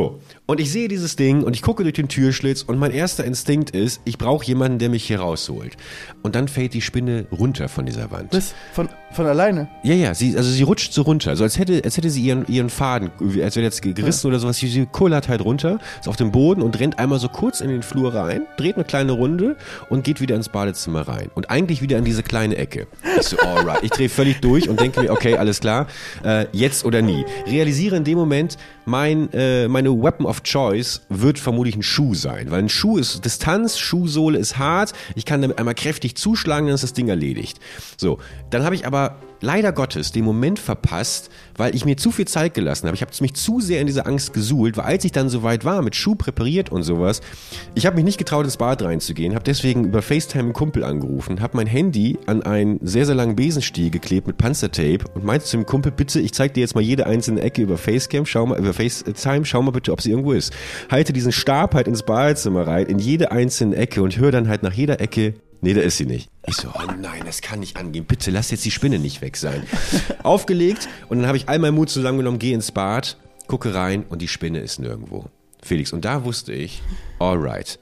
Speaker 2: Und ich sehe dieses Ding und ich gucke durch den Türschlitz und mein erster Instinkt ist, ich brauche jemanden, der mich hier rausholt. Und dann fällt die Spinne runter von dieser Wand.
Speaker 1: Was? Von, von alleine?
Speaker 2: Ja, ja, sie, also sie rutscht so runter, so als hätte, als hätte sie ihren, ihren Faden, als wäre jetzt gerissen ja. oder sowas, sie, sie kullert halt runter, ist auf dem Boden und rennt einmal so kurz in den Flur rein, dreht eine kleine Runde und geht wieder ins Badezimmer rein. Und eigentlich wieder an diese kleine Ecke. Ich so, alright, ich drehe völlig durch und denke mir, okay, alles klar, äh, jetzt oder nie. Realisiere in dem Moment, mein, äh, meine Weapon of Choice wird vermutlich ein Schuh sein, weil ein Schuh ist Distanz, Schuhsohle ist hart, ich kann damit einmal kräftig zuschlagen, dann ist das Ding erledigt. So, dann habe ich aber leider Gottes den Moment verpasst, weil ich mir zu viel Zeit gelassen habe. Ich habe mich zu sehr in diese Angst gesuhlt, weil als ich dann soweit war, mit Schuh präpariert und sowas, ich habe mich nicht getraut, ins Bad reinzugehen, habe deswegen über FaceTime einen Kumpel angerufen, habe mein Handy an einen sehr, sehr langen Besenstiel geklebt mit Panzertape und meinte zu dem Kumpel, bitte, ich zeig dir jetzt mal jede einzelne Ecke über Facecam, schau mal, über FaceTime, schau mal bitte, ob sie irgendwo ist. Halte diesen Stab halt ins Badezimmer rein, in jede einzelne Ecke und höre dann halt nach jeder Ecke, nee, da ist sie nicht. Ich so, oh nein, das kann nicht angehen. Bitte, lass jetzt die Spinne nicht weg sein. Aufgelegt und dann habe ich all meinen Mut zusammengenommen, gehe ins Bad, gucke rein und die Spinne ist nirgendwo. Felix, und da wusste ich, alright,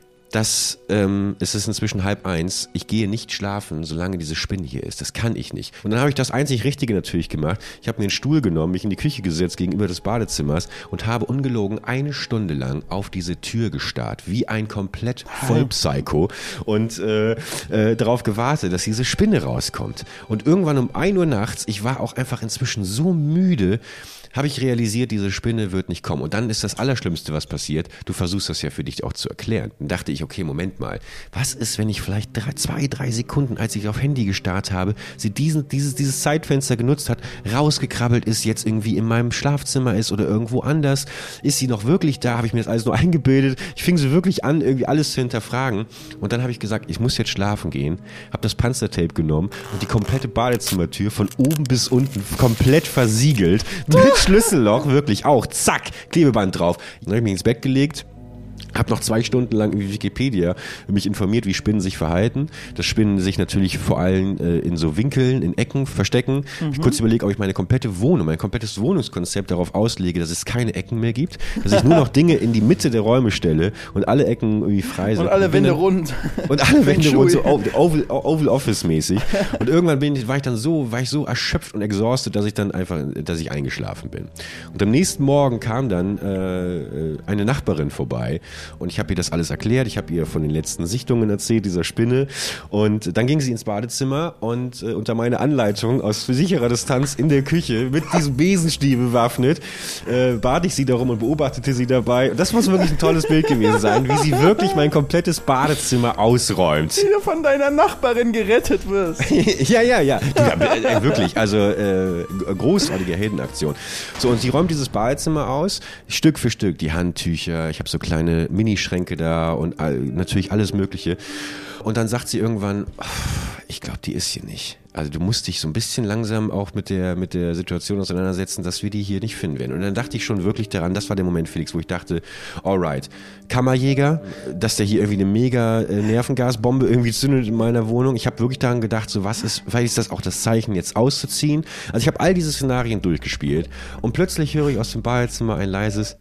Speaker 2: das ähm, es ist inzwischen halb eins, ich gehe nicht schlafen, solange diese Spinne hier ist. Das kann ich nicht. Und dann habe ich das einzig Richtige natürlich gemacht. Ich habe mir einen Stuhl genommen, mich in die Küche gesetzt gegenüber des Badezimmers und habe ungelogen eine Stunde lang auf diese Tür gestarrt, wie ein komplett Vollpsycho und äh, äh, darauf gewartet, dass diese Spinne rauskommt. Und irgendwann um ein Uhr nachts, ich war auch einfach inzwischen so müde, habe ich realisiert, diese Spinne wird nicht kommen. Und dann ist das Allerschlimmste, was passiert. Du versuchst das ja für dich auch zu erklären. Dann dachte ich, okay, Moment mal. Was ist, wenn ich vielleicht drei, zwei, drei Sekunden, als ich auf Handy gestarrt habe, sie diesen, dieses, dieses Zeitfenster genutzt hat, rausgekrabbelt ist, jetzt irgendwie in meinem Schlafzimmer ist oder irgendwo anders. Ist sie noch wirklich da? Habe ich mir das alles nur eingebildet? Ich fing so wirklich an, irgendwie alles zu hinterfragen. Und dann habe ich gesagt, ich muss jetzt schlafen gehen. Habe das Panzertape genommen und die komplette Badezimmertür von oben bis unten komplett versiegelt. Mit Schlüsselloch, wirklich auch, zack, Klebeband drauf. Dann habe ich mich ins Bett gelegt, habe noch zwei Stunden lang über Wikipedia mich informiert, wie Spinnen sich verhalten. Dass Spinnen sich natürlich vor allem äh, in so Winkeln, in Ecken verstecken. Mhm. Ich kurz überlege, ob ich meine komplette Wohnung, mein komplettes Wohnungskonzept darauf auslege, dass es keine Ecken mehr gibt, dass ich nur noch Dinge in die Mitte der Räume stelle und alle Ecken irgendwie frei sind.
Speaker 1: Und alle Wände rund.
Speaker 2: Und alle Wände rund, so Oval, Oval Office mäßig. Und irgendwann bin ich, war ich dann so, war ich so erschöpft und exhausted, dass ich dann einfach, dass ich eingeschlafen bin. Und am nächsten Morgen kam dann äh, eine Nachbarin vorbei. Und ich habe ihr das alles erklärt, ich habe ihr von den letzten Sichtungen erzählt, dieser Spinne. Und dann ging sie ins Badezimmer und äh, unter meiner Anleitung aus sicherer Distanz in der Küche mit diesem Besenstiel bewaffnet, äh, bat ich sie darum und beobachtete sie dabei. Und das muss wirklich ein tolles Bild gewesen sein, wie sie wirklich mein komplettes Badezimmer ausräumt.
Speaker 1: Wie du von deiner Nachbarin gerettet wirst.
Speaker 2: ja, ja, ja. Du, äh, wirklich, also äh, großartige Heldenaktion. So, und sie räumt dieses Badezimmer aus, Stück für Stück, die Handtücher, ich habe so kleine Minischränke da und natürlich alles Mögliche. Und dann sagt sie irgendwann, ich glaube, die ist hier nicht. Also du musst dich so ein bisschen langsam auch mit der, mit der Situation auseinandersetzen, dass wir die hier nicht finden werden. Und dann dachte ich schon wirklich daran, das war der Moment, Felix, wo ich dachte, alright, Kammerjäger, dass der hier irgendwie eine mega Nervengasbombe irgendwie zündet in meiner Wohnung. Ich habe wirklich daran gedacht, so was ist, vielleicht ist das auch das Zeichen, jetzt auszuziehen. Also ich habe all diese Szenarien durchgespielt und plötzlich höre ich aus dem Badezimmer ein leises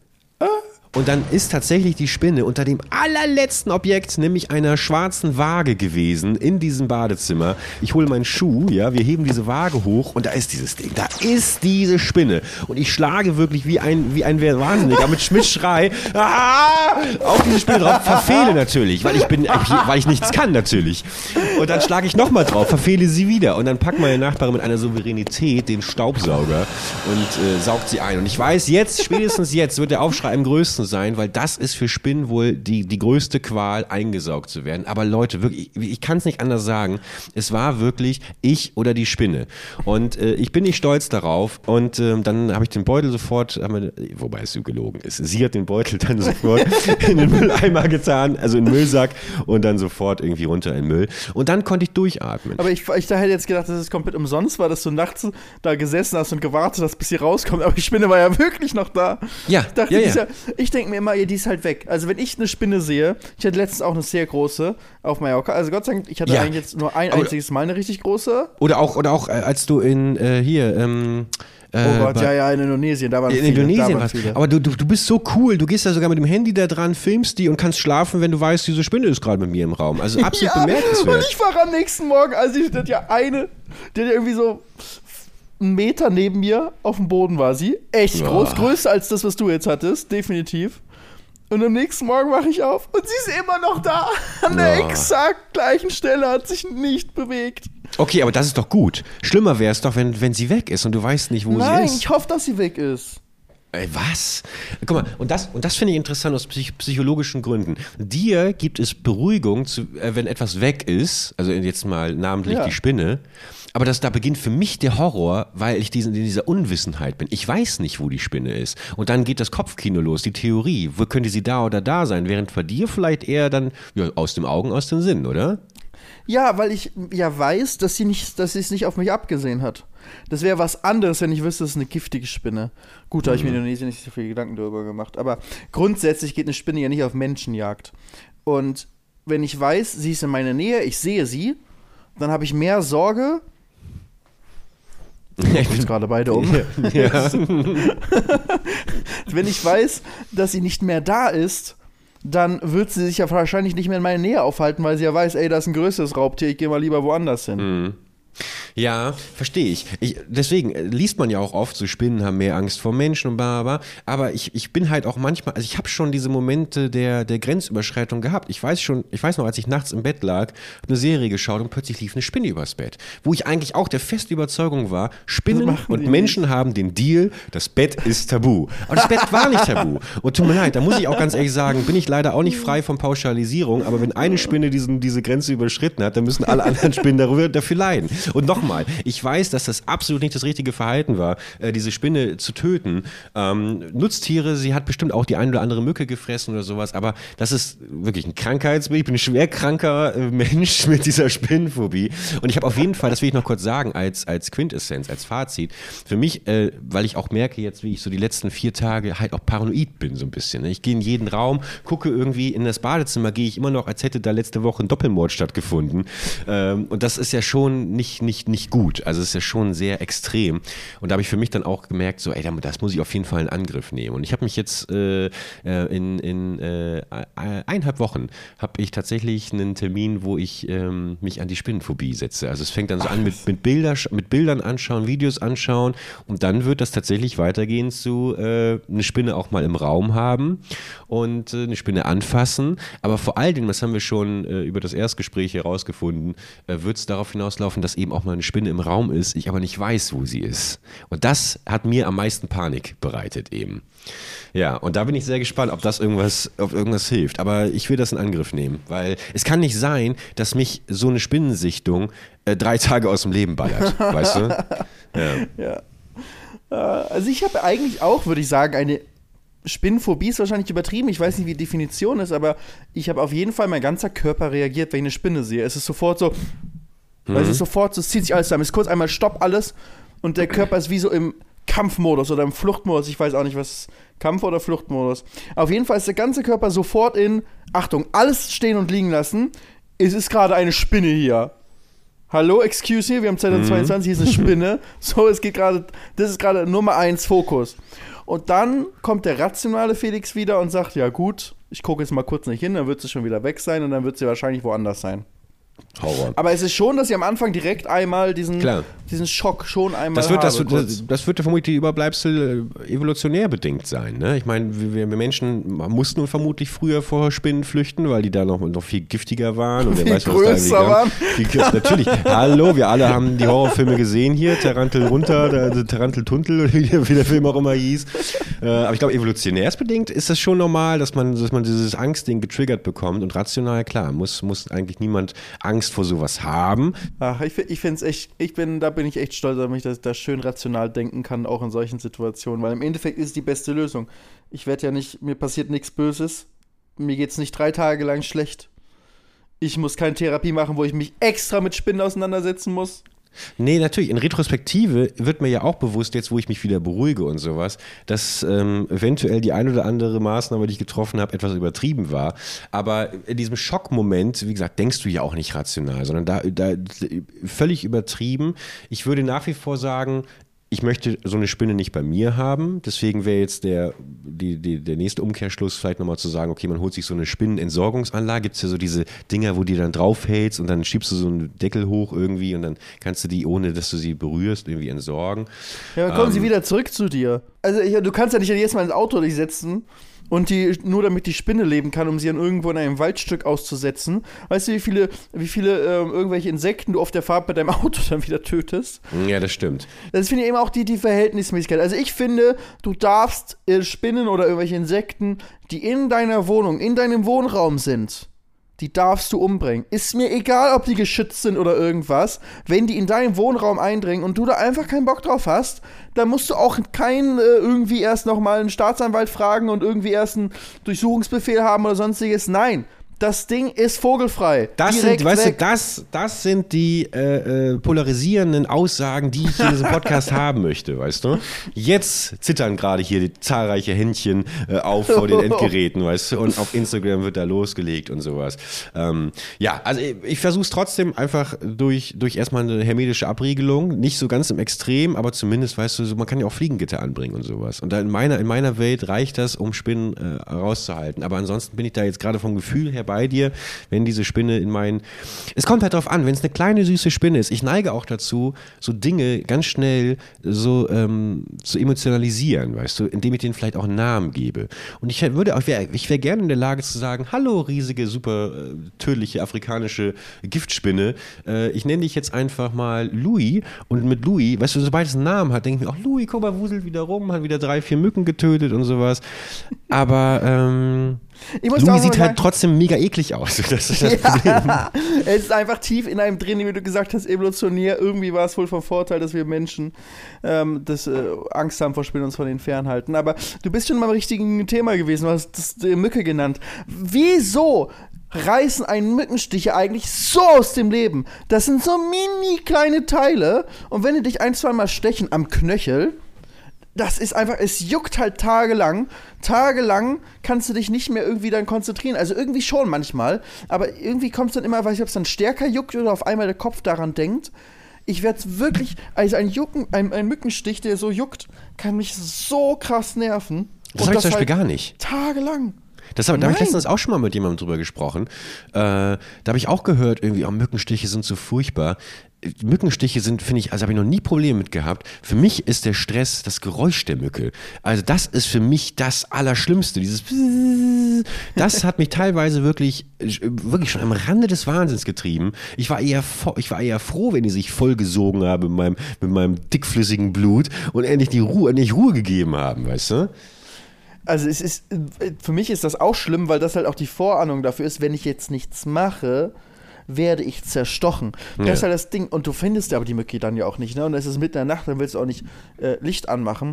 Speaker 2: und dann ist tatsächlich die Spinne unter dem allerletzten Objekt, nämlich einer schwarzen Waage gewesen, in diesem Badezimmer. Ich hole meinen Schuh, ja, wir heben diese Waage hoch und da ist dieses Ding, da ist diese Spinne. Und ich schlage wirklich wie ein, wie ein Wahnsinniger mit Schmidt-Schrei ah, auf diese Spinne drauf, verfehle natürlich, weil ich bin, weil ich nichts kann natürlich. Und dann schlage ich nochmal drauf, verfehle sie wieder. Und dann packt meine Nachbarin mit einer Souveränität den Staubsauger und äh, saugt sie ein. Und ich weiß, jetzt, spätestens jetzt, wird der Aufschrei am größten sein, weil das ist für Spinnen wohl die, die größte Qual, eingesaugt zu werden. Aber Leute, wirklich, ich, ich kann es nicht anders sagen. Es war wirklich ich oder die Spinne. Und äh, ich bin nicht stolz darauf. Und äh, dann habe ich den Beutel sofort, wir, wobei es so gelogen ist, sie hat den Beutel dann sofort in den Mülleimer getan, also in den Müllsack und dann sofort irgendwie runter in den Müll. Und dann konnte ich durchatmen.
Speaker 1: Aber ich, ich hätte jetzt gedacht, dass es komplett umsonst war, dass du nachts da gesessen hast und gewartet hast, bis sie rauskommt. Aber die Spinne war ja wirklich noch da.
Speaker 2: Ja,
Speaker 1: ich dachte,
Speaker 2: ja, ja.
Speaker 1: Dieser, ich ich denke mir immer, ja, die ist halt weg. Also wenn ich eine Spinne sehe, ich hatte letztens auch eine sehr große auf Mallorca, also Gott sei Dank, ich hatte
Speaker 2: Ja.
Speaker 1: eigentlich jetzt nur ein
Speaker 2: Aber-
Speaker 1: einziges Mal eine richtig große.
Speaker 2: Oder auch, oder auch äh, als du in, äh, hier, ähm, äh,
Speaker 1: Oh Gott,
Speaker 2: bei-
Speaker 1: ja, ja, in Indonesien, da waren
Speaker 2: in
Speaker 1: viele. da
Speaker 2: Indonesien
Speaker 1: waren
Speaker 2: was.
Speaker 1: viele.
Speaker 2: Aber du, du, du bist so cool. Du gehst da sogar mit dem Handy da dran, filmst die und kannst schlafen, wenn du weißt, diese Spinne ist gerade mit mir im Raum. Also absolut
Speaker 1: ja, und
Speaker 2: bemerkenswert.
Speaker 1: ich war am nächsten Morgen, also ich hatte ja eine, die hat ja irgendwie so einen Meter neben mir auf dem Boden war sie. Echt groß,
Speaker 2: Boah.
Speaker 1: größer als das, was du jetzt hattest, definitiv. Und am nächsten Morgen wache ich auf und sie ist immer noch da. An der
Speaker 2: Boah.
Speaker 1: exakt gleichen Stelle, hat sich nicht bewegt.
Speaker 2: Okay, aber das ist doch gut. Schlimmer wäre es doch, wenn, wenn sie weg ist und du weißt nicht, wo
Speaker 1: Nein,
Speaker 2: sie ist.
Speaker 1: ich hoffe, dass sie weg ist.
Speaker 2: Ey, was? Guck mal, und das, und das finde ich interessant aus psych psychologischen Gründen. Dir gibt es Beruhigung, zu, äh, wenn etwas weg ist, also jetzt mal namentlich
Speaker 1: Ja.
Speaker 2: die Spinne, aber das, da beginnt für mich der Horror, weil ich diesen, in dieser Unwissenheit bin. Ich weiß nicht, wo die Spinne ist. Und dann geht das Kopfkino los, die Theorie. Wo könnte sie da oder da sein? Während bei dir vielleicht eher dann ja, aus dem Augen, aus dem Sinn, oder?
Speaker 1: Ja, weil ich ja weiß, dass sie nicht, dass sie es nicht auf mich abgesehen hat. Das wäre was anderes, wenn ich wüsste, es ist eine giftige Spinne. Gut, da habe ich mir in Indonesien nicht so viele Gedanken darüber gemacht. Aber grundsätzlich geht eine Spinne ja nicht auf Menschenjagd. Und wenn ich weiß, sie ist in meiner Nähe, ich sehe sie, dann habe ich mehr Sorge. Ich bin gerade beide um.
Speaker 2: Ja.
Speaker 1: Wenn ich weiß, dass sie nicht mehr da ist, dann wird sie sich ja wahrscheinlich nicht mehr in meiner Nähe aufhalten, weil sie ja weiß, ey, da ist ein größeres Raubtier, ich gehe mal lieber woanders hin.
Speaker 2: Ja, verstehe ich. ich. Deswegen äh, liest man ja auch oft, so Spinnen haben mehr Angst vor Menschen und bla bla bla. Aber ich, ich bin halt auch manchmal, also ich habe schon diese Momente der, der Grenzüberschreitung gehabt. Ich weiß schon, ich weiß noch, als ich nachts im Bett lag, habe eine Serie geschaut und plötzlich lief eine Spinne übers Bett. Wo ich eigentlich auch der festen Überzeugung war, Spinnen
Speaker 1: machen die
Speaker 2: und
Speaker 1: nicht.
Speaker 2: Menschen haben den Deal, das Bett ist tabu. Aber das Bett war nicht tabu. Und tut mir leid, da muss ich auch ganz ehrlich sagen, bin ich leider auch nicht frei von Pauschalisierung, aber wenn eine Spinne diesen, diese Grenze überschritten hat, dann müssen alle anderen Spinnen darüber, dafür leiden. Und nochmal, ich weiß, dass das absolut nicht das richtige Verhalten war, äh, diese Spinne zu töten. Ähm, Nutztiere, sie hat bestimmt auch die ein oder andere Mücke gefressen oder sowas, aber das ist wirklich ein Krankheitsbild. Ich bin ein schwer kranker äh, Mensch mit dieser Spinnenphobie. Und ich habe auf jeden Fall, das will ich noch kurz sagen, als, als Quintessenz, als Fazit, für mich, äh, weil ich auch merke jetzt, wie ich so die letzten vier Tage halt auch paranoid bin, so ein bisschen. Ne? Ich gehe in jeden Raum, gucke irgendwie in das Badezimmer, gehe ich immer noch, als hätte da letzte Woche ein Doppelmord stattgefunden. Ähm, und das ist ja schon nicht, nicht, nicht gut. Also es ist ja schon sehr extrem. Und da habe ich für mich dann auch gemerkt, so, ey, das muss ich auf jeden Fall in Angriff nehmen. Und ich habe mich jetzt äh, in, in äh, eineinhalb Wochen habe ich tatsächlich einen Termin, wo ich ähm, mich an die Spinnenphobie setze. Also es fängt dann so an mit, mit, Bilder, mit Bildern anschauen, Videos anschauen und dann wird das tatsächlich weitergehen zu äh, eine Spinne auch mal im Raum haben und äh, eine Spinne anfassen. Aber vor allen Dingen, das haben wir schon äh, über das Erstgespräch herausgefunden, äh, wird es darauf hinauslaufen, dass eben auch mal eine Spinne im Raum ist, ich aber nicht weiß, wo sie ist. Und das hat mir am meisten Panik bereitet eben. Ja, und da bin ich sehr gespannt, ob das irgendwas, ob irgendwas hilft. Aber ich will das in Angriff nehmen, weil es kann nicht sein, dass mich so eine Spinnensichtung äh, drei Tage aus dem Leben ballert, weißt du? Ja.
Speaker 1: Ja. Äh, Also ich habe eigentlich auch, würde ich sagen, eine Spinnenphobie ist wahrscheinlich übertrieben. Ich weiß nicht, wie die Definition ist, aber ich habe auf jeden Fall, mein ganzer Körper reagiert, wenn ich eine Spinne sehe. Es ist sofort so, mhm. weil es ist sofort so, es zieht sich alles zusammen. Es ist kurz einmal Stopp alles und der Körper ist wie so im Kampfmodus oder im Fluchtmodus. Ich weiß auch nicht, was Kampf- oder Fluchtmodus. Auf jeden Fall ist der ganze Körper sofort in, Achtung, alles stehen und liegen lassen. Es ist gerade eine Spinne hier. Hallo, excuse me, wir haben zweitausendzweiundzwanzig, hier ist eine Spinne. So, es geht gerade, das ist gerade Nummer eins Fokus. Und dann kommt der rationale Felix wieder und sagt, ja gut, ich gucke jetzt mal kurz nicht hin, dann wird sie schon wieder weg sein und dann wird sie wahrscheinlich woanders sein.
Speaker 2: Horror.
Speaker 1: Aber es ist schon, dass ich am Anfang direkt einmal diesen,
Speaker 2: Klar.
Speaker 1: diesen Schock schon einmal
Speaker 2: Das wird, das,
Speaker 1: habe.
Speaker 2: das, das wird vermutlich die Überbleibsel äh, evolutionär bedingt sein. Ne? Ich meine, wir, wir Menschen mussten vermutlich früher vor Spinnen flüchten, weil die da noch, noch viel giftiger waren. Und wer
Speaker 1: Viel
Speaker 2: weiß, was
Speaker 1: größer
Speaker 2: da
Speaker 1: waren.
Speaker 2: Viel, natürlich. Hallo, wir alle haben die Horrorfilme gesehen hier. Tarantel runter, der, Tarantel Tuntel, wie der, wie der Film auch immer hieß. Äh, aber ich glaube, evolutionärsbedingt ist es schon normal, dass man, dass man dieses Angstding getriggert bekommt. Und rational, klar, muss, muss eigentlich niemand Angst vor sowas haben.
Speaker 1: Ach, ich, ich finde es echt, ich bin, da bin ich echt stolz auf mich, dass ich da schön rational denken kann, auch in solchen Situationen, weil im Endeffekt ist es die beste Lösung. Ich werde ja nicht, mir passiert nichts Böses, mir geht es nicht drei Tage lang schlecht. Ich muss keine Therapie machen, wo ich mich extra mit Spinnen auseinandersetzen muss.
Speaker 2: Nee, natürlich. In Retrospektive wird mir ja auch bewusst, jetzt wo ich mich wieder beruhige und sowas, dass ähm, eventuell die ein oder andere Maßnahme, die ich getroffen habe, etwas übertrieben war. Aber in diesem Schockmoment, wie gesagt, denkst du ja auch nicht rational, sondern da, da völlig übertrieben. Ich würde nach wie vor sagen, ich möchte so eine Spinne nicht bei mir haben. Deswegen wäre jetzt der, die, die, der nächste Umkehrschluss vielleicht nochmal zu sagen, okay, man holt sich so eine Spinnenentsorgungsanlage. Gibt es ja so diese Dinger, wo du dann draufhältst und dann schiebst du so einen Deckel hoch irgendwie und dann kannst du die, ohne dass du sie berührst, irgendwie entsorgen.
Speaker 1: Ja, dann kommen
Speaker 2: ähm,
Speaker 1: sie wieder zurück zu dir. Also ich, du kannst ja nicht jedes Mal ins Auto dich setzen und die, nur damit die Spinne leben kann, um sie dann irgendwo in einem Waldstück auszusetzen. Weißt du, wie viele, wie viele ähm, irgendwelche Insekten du auf der Fahrt bei deinem Auto dann wieder tötest?
Speaker 2: Ja, das stimmt.
Speaker 1: Das finde ich eben auch die, die Verhältnismäßigkeit. Also ich finde, du darfst äh, Spinnen oder irgendwelche Insekten, die in deiner Wohnung, in deinem Wohnraum sind, die darfst du umbringen. Ist mir egal, ob die geschützt sind oder irgendwas. Wenn die in deinen Wohnraum eindringen und du da einfach keinen Bock drauf hast, dann musst du auch keinen äh, irgendwie erst nochmal einen Staatsanwalt fragen und irgendwie erst einen Durchsuchungsbefehl haben oder sonstiges. Nein. Das Ding ist vogelfrei.
Speaker 2: Das sind, weißt du, das, das sind die äh, äh, polarisierenden Aussagen, die ich in diesem Podcast haben möchte, weißt du? Jetzt zittern gerade hier die zahlreiche Händchen äh, auf vor den Endgeräten, weißt du? Und auf Instagram wird da losgelegt und sowas. Ähm, ja, also ich, ich versuche es trotzdem einfach durch, durch erstmal eine hermetische Abriegelung, nicht so ganz im Extrem, aber zumindest, weißt du, so, man kann ja auch Fliegengitter anbringen und sowas. Und da in meiner, in meiner Welt reicht das, um Spinnen äh, rauszuhalten. Aber ansonsten bin ich da jetzt gerade vom Gefühl her bei dir, wenn diese Spinne in meinen... Es kommt halt drauf an, wenn es eine kleine, süße Spinne ist. Ich neige auch dazu, so Dinge ganz schnell so ähm, zu emotionalisieren, weißt du, indem ich denen vielleicht auch einen Namen gebe. Und ich würde auch, ich wäre gerne in der Lage zu sagen, hallo, riesige, super äh, tödliche afrikanische Giftspinne, äh, ich nenne dich jetzt einfach mal Louis und mit Louis, weißt du, sobald es einen Namen hat, denke ich mir, ach, Louis, guck mal, wuselt wieder rum, hat wieder drei, vier Mücken getötet und sowas. Aber, ähm... Louis sieht halt sagen, trotzdem mega eklig aus. Das ist das
Speaker 1: ja, Problem. Es ist einfach tief in einem drin, wie du gesagt hast, evolutionär. Irgendwie war es wohl vom Vorteil, dass wir Menschen ähm, das, äh, Angst haben vor Spinnen und uns von denen fernhalten. Aber du bist schon beim richtigen Thema gewesen. Du hast das die Mücke genannt. Wieso reißen einen Mückenstiche eigentlich so aus dem Leben? Das sind so mini kleine Teile. Und wenn die dich ein, zwei Mal stechen am Knöchel, das ist einfach, es juckt halt tagelang. Tagelang kannst du dich nicht mehr irgendwie dann konzentrieren. Also irgendwie schon manchmal. Aber irgendwie kommt es dann immer, weiß ich, ob es dann stärker juckt oder auf einmal der Kopf daran denkt. Ich werde es wirklich, also ein Jucken, ein, ein Mückenstich, der so juckt, kann mich so krass nerven.
Speaker 2: Das habe ich zum Beispiel gar nicht.
Speaker 1: Tagelang.
Speaker 2: Das hab, da habe ich letztens auch schon mal mit jemandem drüber gesprochen. Äh, da habe ich auch gehört, irgendwie, oh, Mückenstiche sind so furchtbar. Mückenstiche sind, finde ich, also habe ich noch nie Probleme mit gehabt. Für mich ist der Stress das Geräusch der Mücke. Also das ist für mich das Allerschlimmste. Dieses das hat mich teilweise wirklich, wirklich schon am Rande des Wahnsinns getrieben. Ich war eher, ich war eher froh, wenn die sich vollgesogen haben mit meinem, mit meinem dickflüssigen Blut und endlich die Ruhe, endlich Ruhe gegeben haben, weißt du?
Speaker 1: Also es ist, für mich ist das auch schlimm, weil das halt auch die Vorahnung dafür ist, wenn ich jetzt nichts mache, werde ich zerstochen. Das ja. ist halt das Ding. Und du findest aber die Mücke dann ja auch nicht, ne? Und es ist mitten in der Nacht, dann willst du auch nicht äh, Licht anmachen.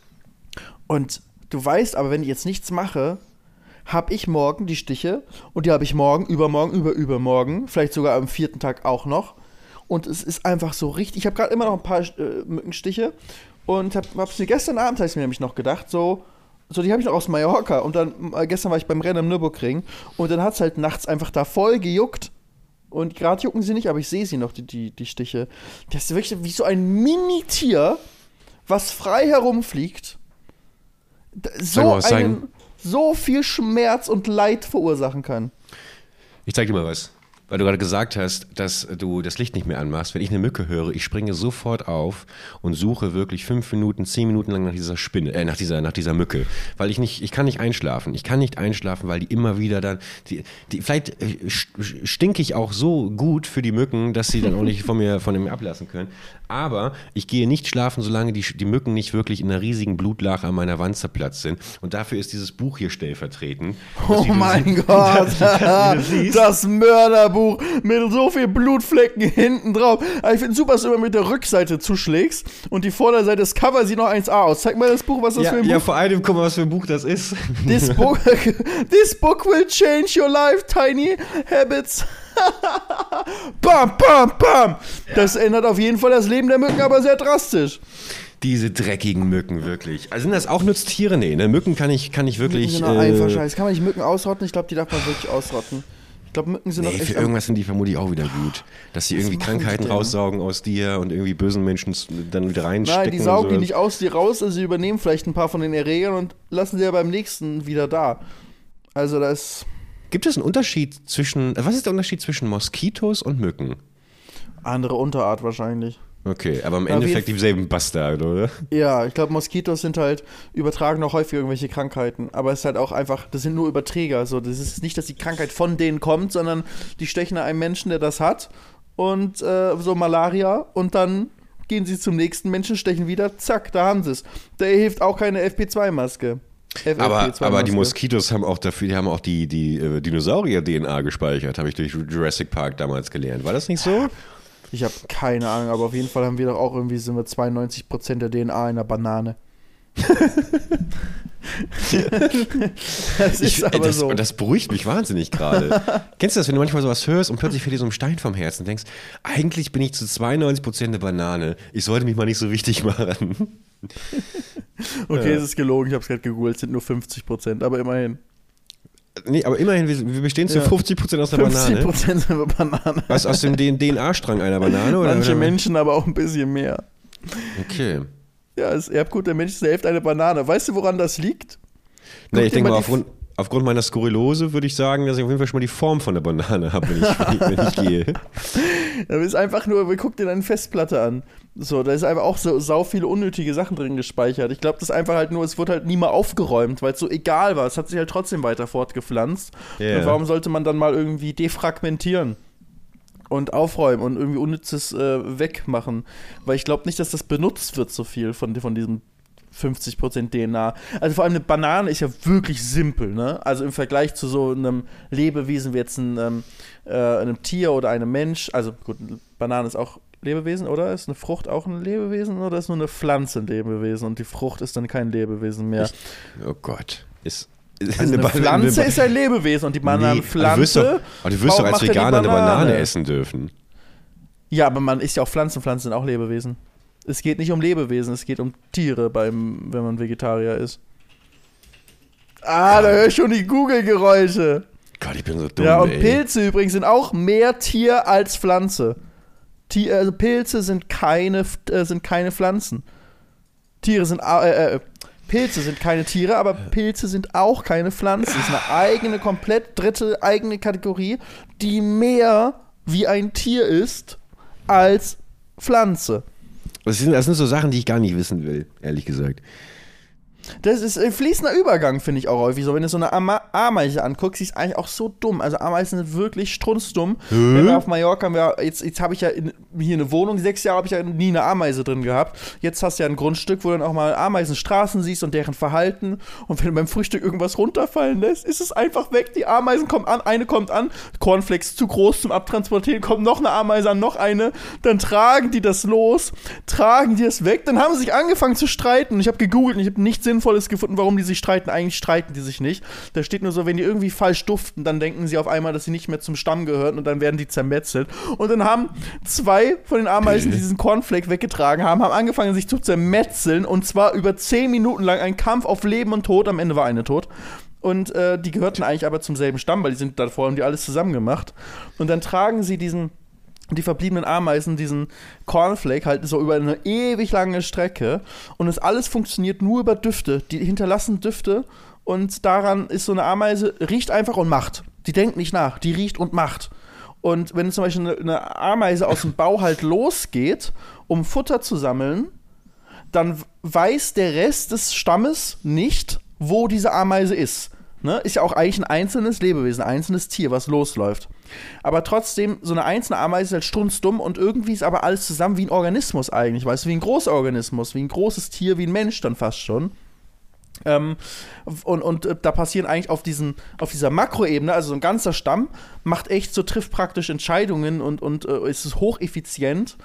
Speaker 1: Und du weißt aber, wenn ich jetzt nichts mache, habe ich morgen die Stiche und die habe ich morgen, übermorgen, über übermorgen, vielleicht sogar am vierten Tag auch noch. Und es ist einfach so richtig. Ich habe gerade immer noch ein paar äh, Mückenstiche und habe es mir gestern Abend, habe ich mir nämlich noch gedacht, so, So, die habe ich noch aus Mallorca. Und dann, äh, gestern war ich beim Rennen am Nürburgring. Und dann hat es halt nachts einfach da voll gejuckt. Und gerade jucken sie nicht, aber ich sehe sie noch, die, die, die Stiche. Das ist wirklich wie so ein Mini-Tier, was frei herumfliegt. So, einen, so viel Schmerz und Leid verursachen kann.
Speaker 2: Ich zeig dir mal was. Weil du gerade gesagt hast, dass du das Licht nicht mehr anmachst. Wenn ich eine Mücke höre, ich springe sofort auf und suche wirklich fünf Minuten, zehn Minuten lang nach dieser Spinne, äh, nach dieser, nach dieser Mücke. Weil ich nicht, ich kann nicht einschlafen. Ich kann nicht einschlafen, weil die immer wieder dann, die, die, vielleicht stinke ich auch so gut für die Mücken, dass sie dann auch nicht von mir, von mir ablassen können. Aber ich gehe nicht schlafen, solange die, die Mücken nicht wirklich in einer riesigen Blutlache an meiner Wand zerplatzt sind. Und dafür ist dieses Buch hier stellvertretend.
Speaker 1: Oh mein sie, Gott, das, das Mörderbuch mit so viel Blutflecken hinten drauf. Aber ich finde es super, dass du immer mit der Rückseite zuschlägst und die Vorderseite des Cover sieht noch eins A aus. Zeig mal das Buch, was das
Speaker 2: ja,
Speaker 1: für ein Buch ist.
Speaker 2: Ja, vor allem, guck mal, was für ein Buch das ist.
Speaker 1: This book, this book will change your life, Tiny Habits. Bam, bam, bam. Das ändert auf jeden Fall das Leben der Mücken, aber sehr drastisch.
Speaker 2: Diese dreckigen Mücken, wirklich. Also sind das auch Nutztiere? Nee, ne? Mücken kann ich, kann ich wirklich...
Speaker 1: Mücken sind
Speaker 2: äh,
Speaker 1: einfach scheiße. Kann man nicht Mücken ausrotten? Ich glaube, die darf man wirklich ausrotten. Ich glaube, Mücken sind
Speaker 2: nee,
Speaker 1: doch echt...
Speaker 2: für irgendwas sind die vermutlich auch wieder gut. Dass sie irgendwie Krankheiten
Speaker 1: die
Speaker 2: raussaugen aus dir und irgendwie bösen Menschen dann wieder reinstecken.
Speaker 1: Nein, die saugen
Speaker 2: so.
Speaker 1: die nicht aus dir raus, also sie übernehmen vielleicht ein paar von den Erregern und lassen sie ja beim nächsten wieder da. Also das...
Speaker 2: Gibt es einen Unterschied zwischen... Was ist der Unterschied zwischen Moskitos und Mücken?
Speaker 1: Andere Unterart wahrscheinlich.
Speaker 2: Okay, aber im
Speaker 1: Ja,
Speaker 2: Endeffekt dieselben Bastarde, oder?
Speaker 1: Ja, ich glaube, Moskitos sind halt, übertragen auch häufig irgendwelche Krankheiten. Aber es ist halt auch einfach, das sind nur Überträger. So. Das ist nicht, dass die Krankheit von denen kommt, sondern die stechen einem Menschen, der das hat. Und äh, so Malaria. Und dann gehen sie zum nächsten Menschen, stechen wieder, zack, da haben sie es. Da hilft auch keine F P zwei Maske.
Speaker 2: Aber, aber die Moskitos haben auch dafür, die haben auch die, die äh, Dinosaurier-D N A gespeichert, habe ich durch Jurassic Park damals gelernt. War das nicht so?
Speaker 1: Ich habe keine Ahnung, aber auf jeden Fall haben wir doch auch irgendwie, sind wir zweiundneunzig Prozent der D N A in der Banane. Das ist
Speaker 2: ich,
Speaker 1: aber
Speaker 2: das,
Speaker 1: so.
Speaker 2: Das beruhigt mich wahnsinnig gerade. Kennst du das, wenn du manchmal sowas hörst und plötzlich fällt dir so ein Stein vom Herzen und denkst, eigentlich bin ich zu zweiundneunzig Prozent eine Banane, ich sollte mich mal nicht so wichtig machen.
Speaker 1: Okay,
Speaker 2: ja.
Speaker 1: Es ist gelogen, ich habe es gerade gegoogelt, es sind nur fünfzig Prozent, aber immerhin.
Speaker 2: Nee, aber immerhin, wir, wir bestehen zu
Speaker 1: Ja.
Speaker 2: fünfzig Prozent aus der
Speaker 1: fünfzig
Speaker 2: Banane.
Speaker 1: fünfzig Prozent sind wir Banane.
Speaker 2: Was, aus dem D N A-Strang einer Banane? Oder?
Speaker 1: Manche
Speaker 2: oder?
Speaker 1: Menschen aber auch ein bisschen mehr.
Speaker 2: Okay.
Speaker 1: Ja, das Erbgut der Menschen ist der Hälfte eine Banane. Weißt du, woran das liegt?
Speaker 2: Nee,
Speaker 1: Guck
Speaker 2: ich
Speaker 1: dir
Speaker 2: denke
Speaker 1: mal
Speaker 2: mal,
Speaker 1: die
Speaker 2: aufgrund, aufgrund meiner Skurrilose würde ich sagen, dass ich auf jeden Fall schon mal die Form von der Banane habe, wenn ich, wenn ich, wenn ich gehe.
Speaker 1: Das ist einfach nur, guck dir deine Festplatte an. So, da ist einfach auch so sau viele unnötige Sachen drin gespeichert. Ich glaube, das ist einfach halt nur, es wurde halt nie mal aufgeräumt, weil es so egal war. Es hat sich halt trotzdem weiter fortgepflanzt.
Speaker 2: Yeah.
Speaker 1: Und warum sollte man dann mal irgendwie defragmentieren und aufräumen und irgendwie Unnützes äh, wegmachen? Weil ich glaube nicht, dass das benutzt wird so viel von, von diesem fünfzig Prozent D N A. Also vor allem eine Banane ist ja wirklich simpel, ne? Also im Vergleich zu so einem Lebewesen wie jetzt ein, ähm, äh, einem Tier oder einem Mensch. Also gut, eine Banane ist auch Lebewesen, oder? Ist eine Frucht auch ein Lebewesen oder ist nur eine Pflanze ein Lebewesen und die Frucht ist dann kein Lebewesen mehr?
Speaker 2: Ich, oh Gott. Ist, ist
Speaker 1: also eine, eine Pflanze eine ist ein Lebewesen und die Bananenpflanze.
Speaker 2: Nee, aber du wirst doch als Veganer
Speaker 1: Banane.
Speaker 2: eine Banane essen dürfen.
Speaker 1: Ja, aber man isst ja auch Pflanzen. Pflanzen sind auch Lebewesen. Es geht nicht um Lebewesen, es geht um Tiere, beim, wenn man Vegetarier ist. Ah, da höre ich schon die Google-Geräusche.
Speaker 2: Gott, ich bin so dumm,
Speaker 1: Ja, und
Speaker 2: ey.
Speaker 1: Pilze übrigens sind auch mehr Tier als Pflanze. Tier, also Pilze sind keine, äh, sind keine Pflanzen. Tiere sind, äh, äh, Pilze sind keine Tiere, aber Pilze sind auch keine Pflanzen. Das ist eine eigene, komplett dritte eigene Kategorie, die mehr wie ein Tier ist als Pflanze.
Speaker 2: Das sind, das sind so Sachen, die ich gar nicht wissen will, ehrlich gesagt.
Speaker 1: Das ist ein fließender Übergang, finde ich auch häufig so. Wenn du so eine Ama- Ameise anguckst, die ist eigentlich auch so dumm. Also Ameisen sind wirklich strunzdumm.
Speaker 2: Hm?
Speaker 1: Wenn wir auf Mallorca, haben wir, jetzt, jetzt habe ich ja in, hier eine Wohnung, sechs Jahre habe ich ja nie eine Ameise drin gehabt. Jetzt hast du ja ein Grundstück, wo du dann auch mal Ameisenstraßen siehst und deren Verhalten. Und wenn du beim Frühstück irgendwas runterfallen lässt, ist es einfach weg. Die Ameisen kommen an, eine kommt an, Cornflakes zu groß zum Abtransportieren, kommt noch eine Ameise an, noch eine. Dann tragen die das los, tragen die es weg. Dann haben sie sich angefangen zu streiten. Ich habe gegoogelt und ich habe nichts Sinnvolles gefunden, warum die sich streiten. Eigentlich streiten die sich nicht. Da steht nur so, wenn die irgendwie falsch duften, dann denken sie auf einmal, dass sie nicht mehr zum Stamm gehören und dann werden die zermetzelt. Und dann haben zwei von den Ameisen, die diesen Cornflake weggetragen haben, haben angefangen, sich zu zermetzeln und zwar über zehn Minuten lang ein Kampf auf Leben und Tod. Am Ende war eine tot. Und äh, die gehörten eigentlich aber zum selben Stamm, weil die sind davor, haben die alles zusammen gemacht. Und dann tragen sie diesen die verbliebenen Ameisen diesen Cornflake halt so über eine ewig lange Strecke und es alles funktioniert nur über Düfte. Die hinterlassen Düfte und daran ist so eine Ameise, riecht einfach und macht. Die denkt nicht nach, die riecht und macht. Und wenn zum Beispiel eine, eine Ameise aus dem Bau halt losgeht, um Futter zu sammeln, dann weiß der Rest des Stammes nicht, wo diese Ameise ist. Ne? Ist ja auch eigentlich ein einzelnes Lebewesen, ein einzelnes Tier, was losläuft. Aber trotzdem, so eine einzelne Ameise ist halt strunzdumm und irgendwie ist aber alles zusammen wie ein Organismus eigentlich, weißt du, wie ein großer Organismus, wie ein großes Tier, wie ein Mensch dann fast schon. Ähm, und und äh, da passieren eigentlich auf, diesen, auf dieser Makroebene, also so ein ganzer Stamm, macht echt so, trifft praktisch Entscheidungen und, und äh, ist hocheffizient.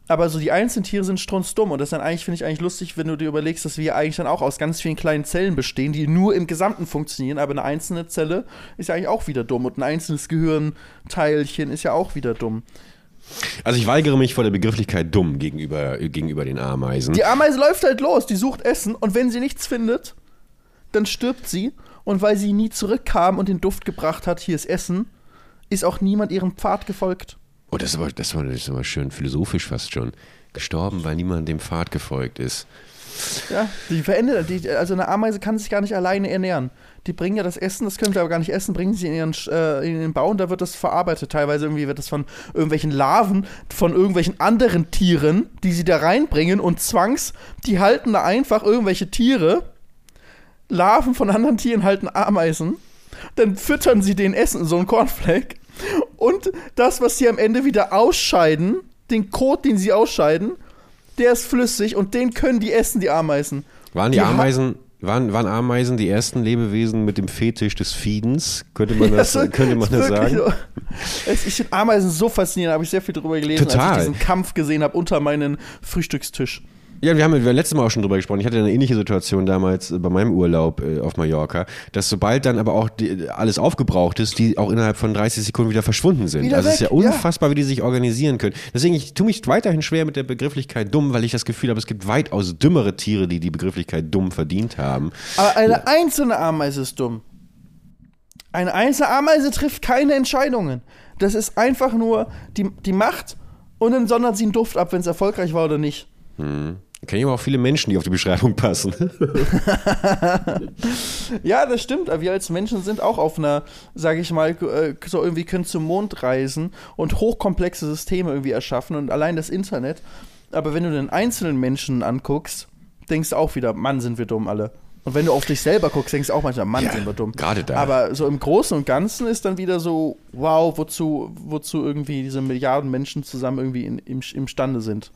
Speaker 1: aber so die einzelnen Tiere sind strunzdumm. Und das dann eigentlich, finde ich eigentlich lustig, wenn du dir überlegst, dass wir eigentlich dann auch aus ganz vielen kleinen Zellen bestehen, die nur im Gesamten funktionieren, aber eine einzelne Zelle ist ja eigentlich auch wieder dumm. Und ein einzelnes Gehirnteilchen ist ja auch wieder dumm.
Speaker 2: Also ich weigere mich vor der Begrifflichkeit dumm gegenüber, gegenüber den Ameisen.
Speaker 1: Die Ameise läuft halt los, die sucht Essen und wenn sie nichts findet, dann stirbt sie. Und weil sie nie zurückkam und den Duft gebracht hat, hier ist Essen, ist auch niemand ihrem Pfad gefolgt.
Speaker 2: Oh, das ist aber, das war, das ist aber schön philosophisch fast schon. Gestorben, weil niemand dem Pfad gefolgt ist.
Speaker 1: Ja, die verändert, die, also eine Ameise kann sich gar nicht alleine ernähren. Die bringen ja das Essen, das können sie aber gar nicht essen, bringen sie in ihren äh, in den Bau und da wird das verarbeitet. Teilweise irgendwie wird das von irgendwelchen Larven, von irgendwelchen anderen Tieren, die sie da reinbringen und zwangs, die halten da einfach irgendwelche Tiere, Larven von anderen Tieren halten Ameisen, dann füttern sie den Essen, so ein Cornflake und das, was sie am Ende wieder ausscheiden, den Kot, den sie ausscheiden, der ist flüssig und den können die essen, die Ameisen.
Speaker 2: Waren die, die Ameisen, waren, waren Ameisen die ersten Lebewesen mit dem Fetisch des Feedens? Könnte man das, ja, könnte man das sagen?
Speaker 1: So. Ich finde Ameisen so faszinierend, habe ich sehr viel darüber gelesen,
Speaker 2: Total.
Speaker 1: als ich diesen Kampf gesehen habe unter meinem Frühstückstisch.
Speaker 2: Ja, wir haben ja letztes Mal auch schon drüber gesprochen. Ich hatte eine ähnliche Situation damals bei meinem Urlaub äh, auf Mallorca, dass sobald dann aber auch die, alles aufgebraucht ist, die auch innerhalb von dreißig Sekunden wieder verschwunden sind.
Speaker 1: Wieder
Speaker 2: also es ist ja
Speaker 1: weg,
Speaker 2: unfassbar, ja. wie die sich organisieren können. Deswegen, ich tue mich weiterhin schwer mit der Begrifflichkeit dumm, weil ich das Gefühl habe, es gibt weitaus dümmere Tiere, die die Begrifflichkeit dumm verdient haben.
Speaker 1: Aber eine ja. einzelne Ameise ist dumm. Eine einzelne Ameise trifft keine Entscheidungen. Das ist einfach nur die, die Macht und dann sondert sie einen Duft ab, wenn es erfolgreich war oder nicht.
Speaker 2: Hm. Da kenne ich aber auch viele Menschen, die auf die Beschreibung passen.
Speaker 1: Ja, das stimmt. Wir als Menschen sind auch auf einer, sage ich mal, so irgendwie können zum Mond reisen und hochkomplexe Systeme irgendwie erschaffen und allein das Internet. Aber wenn du den einzelnen Menschen anguckst, denkst du auch wieder, Mann, sind wir dumm alle. Und wenn du auf dich selber guckst, denkst du auch manchmal, Mann,
Speaker 2: ja,
Speaker 1: sind wir dumm.
Speaker 2: Gerade da.
Speaker 1: Aber so im Großen und Ganzen ist dann wieder so, wow, wozu, wozu irgendwie diese Milliarden Menschen zusammen irgendwie in, im, imstande sind.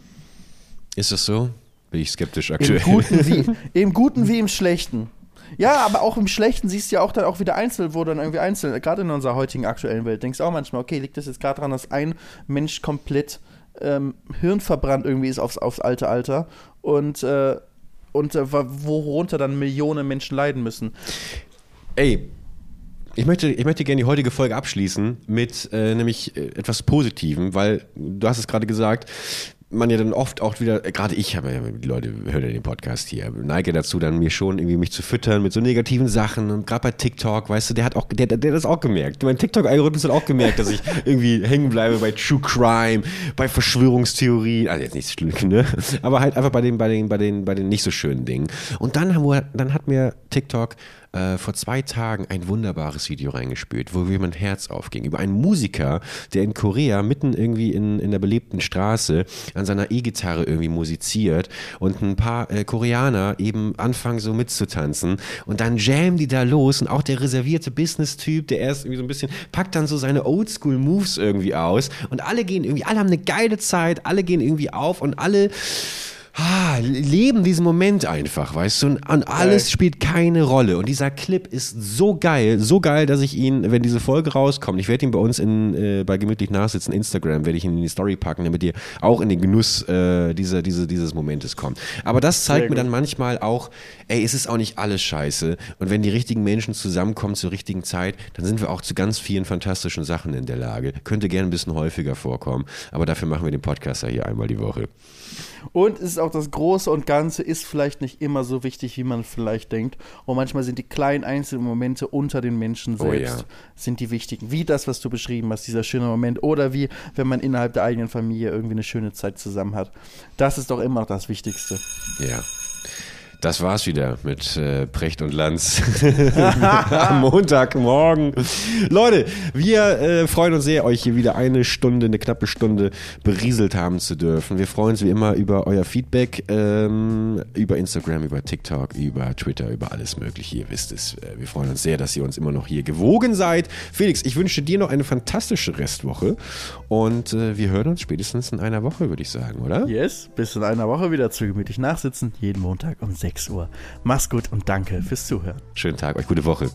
Speaker 2: Ist das so? Bin ich skeptisch aktuell.
Speaker 1: Im Guten wie, im Guten wie im Schlechten. Ja, aber auch im Schlechten siehst du ja auch dann auch wieder einzeln, wo dann irgendwie einzeln, gerade in unserer heutigen aktuellen Welt, denkst du auch manchmal, okay, liegt das jetzt gerade daran, dass ein Mensch komplett ähm, hirnverbrannt irgendwie ist aufs, aufs alte Alter und, äh, und äh, worunter dann Millionen Menschen leiden müssen.
Speaker 2: Ey, Ich möchte, ich möchte gerne die heutige Folge abschließen mit äh, nämlich äh, etwas Positivem, weil du hast es gerade gesagt, man ja dann oft auch wieder, äh, gerade ich habe ja, die Leute hören ja den Podcast hier, neige dazu dann mir schon irgendwie mich zu füttern mit so negativen Sachen und gerade bei TikTok, weißt du, der hat auch, der, der, der hat das auch gemerkt. Mein TikTok-Algorithmus hat auch gemerkt, dass ich irgendwie hängen bleibe bei True Crime, bei Verschwörungstheorien, also jetzt nicht schlimm, ne? Aber halt einfach bei den, bei den, bei den, bei den nicht so schönen Dingen. Und dann haben wir, dann hat mir TikTok äh, vor zwei Tagen ein wunderbares Video reingespült, wo mir mein Herz aufging, über einen Musiker, der in Korea mitten irgendwie in, in der belebten Straße an seiner E-Gitarre irgendwie musiziert und ein paar äh, Koreaner eben anfangen so mitzutanzen und dann jammen die da los und auch der reservierte Business-Typ, der erst irgendwie so ein bisschen, packt dann so seine Oldschool-Moves irgendwie aus und alle gehen irgendwie, alle haben eine geile Zeit, alle gehen irgendwie auf und alle Ah, leben diesen Moment einfach, weißt du, und, und alles spielt keine Rolle und dieser Clip ist so geil, so geil, dass ich ihn, wenn diese Folge rauskommt, ich werde ihn bei uns in, äh, bei Gemütlich Nachsitzen, Instagram, werde ich ihn in die Story packen, damit ihr auch in den Genuss äh, dieser, diese, dieses Momentes kommt. Aber das zeigt mir dann manchmal auch, ey, es ist auch nicht alles scheiße und wenn die richtigen Menschen zusammenkommen zur richtigen Zeit, dann sind wir auch zu ganz vielen fantastischen Sachen in der Lage. Könnte gerne ein bisschen häufiger vorkommen, aber dafür machen wir den Podcast ja hier einmal die Woche.
Speaker 1: Und es ist auch das Große und Ganze ist vielleicht nicht immer so wichtig, wie man vielleicht denkt. Und manchmal sind die kleinen einzelnen Momente unter den Menschen selbst, oh ja. sind die wichtigen. Wie das, was du beschrieben hast, dieser schöne Moment. Oder wie, wenn man innerhalb der eigenen Familie irgendwie eine schöne Zeit zusammen hat. Das ist doch immer noch das Wichtigste.
Speaker 2: Ja. Das war's wieder mit äh, Precht und Lanz am Montagmorgen. Leute, wir äh, freuen uns sehr, euch hier wieder eine Stunde, eine knappe Stunde berieselt haben zu dürfen. Wir freuen uns wie immer über euer Feedback, ähm, über Instagram, über TikTok, über Twitter, über alles Mögliche. Ihr wisst es. Äh, wir freuen uns sehr, dass ihr uns immer noch hier gewogen seid. Felix, ich wünsche dir noch eine fantastische Restwoche und äh, wir hören uns spätestens in einer Woche, würde ich sagen, oder?
Speaker 1: Yes, bis in einer Woche wieder zu Gemütlich Nachsitzen, jeden Montag um sechs Uhr. Mach's gut und danke fürs Zuhören.
Speaker 2: Schönen Tag, euch gute Woche.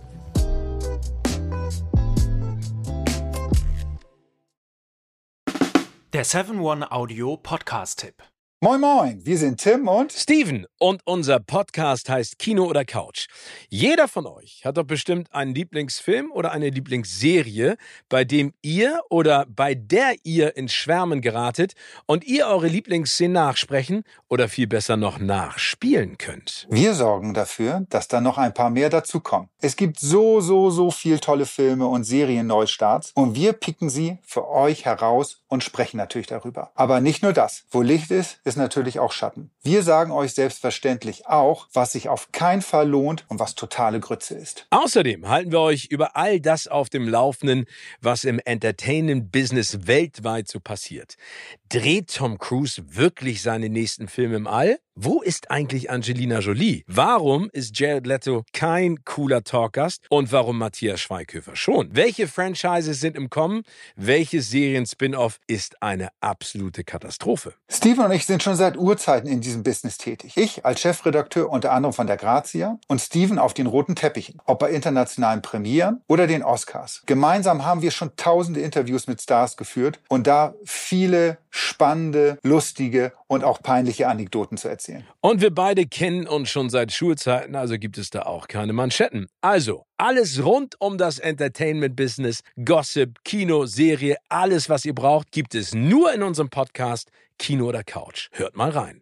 Speaker 3: Der Der seven one Audio Podcast-Tipp.
Speaker 4: Moin Moin, wir sind Tim und
Speaker 5: Steven und unser Podcast heißt Kino oder Couch. Jeder von euch hat doch bestimmt einen Lieblingsfilm oder eine Lieblingsserie, bei dem ihr oder bei der ihr ins Schwärmen geratet und ihr eure Lieblingsszenen nachsprechen oder viel besser noch nachspielen könnt.
Speaker 4: wir sorgen dafür, dass da noch ein paar mehr dazukommen. Es gibt so, so, so viel tolle Filme und Serien-Neustarts und wir picken sie für euch heraus und sprechen natürlich darüber. Aber nicht nur das. Wo Licht ist, ist natürlich auch Schatten. Wir sagen euch selbstverständlich auch, was sich auf keinen Fall lohnt und was totale Grütze ist.
Speaker 5: Außerdem halten wir euch über all das auf dem Laufenden, was im Entertainment-Business weltweit so passiert. Dreht Tom Cruise wirklich seine nächsten Filme im All? Wo ist eigentlich Angelina Jolie? Warum ist Jared Leto kein cooler Talkgast? Und warum Matthias Schweighöfer schon? Welche Franchises sind im Kommen? Welches Serien-Spin-Off ist eine absolute Katastrophe?
Speaker 4: Steven und ich sind schon seit Urzeiten in diesem Business tätig. Ich als Chefredakteur unter anderem von der Grazia und Steven auf den roten Teppichen, ob bei internationalen Premieren oder den Oscars. Gemeinsam haben wir schon tausende Interviews mit Stars geführt und da viele spannende, lustige und auch peinliche Anekdoten zu erzählen.
Speaker 5: Und wir beide kennen uns schon seit Schulzeiten, also gibt es da auch keine Manschetten. Also, alles rund um das Entertainment-Business, Gossip, Kino, Serie, alles, was ihr braucht, gibt es nur in unserem Podcast Kino oder Couch. Hört mal rein.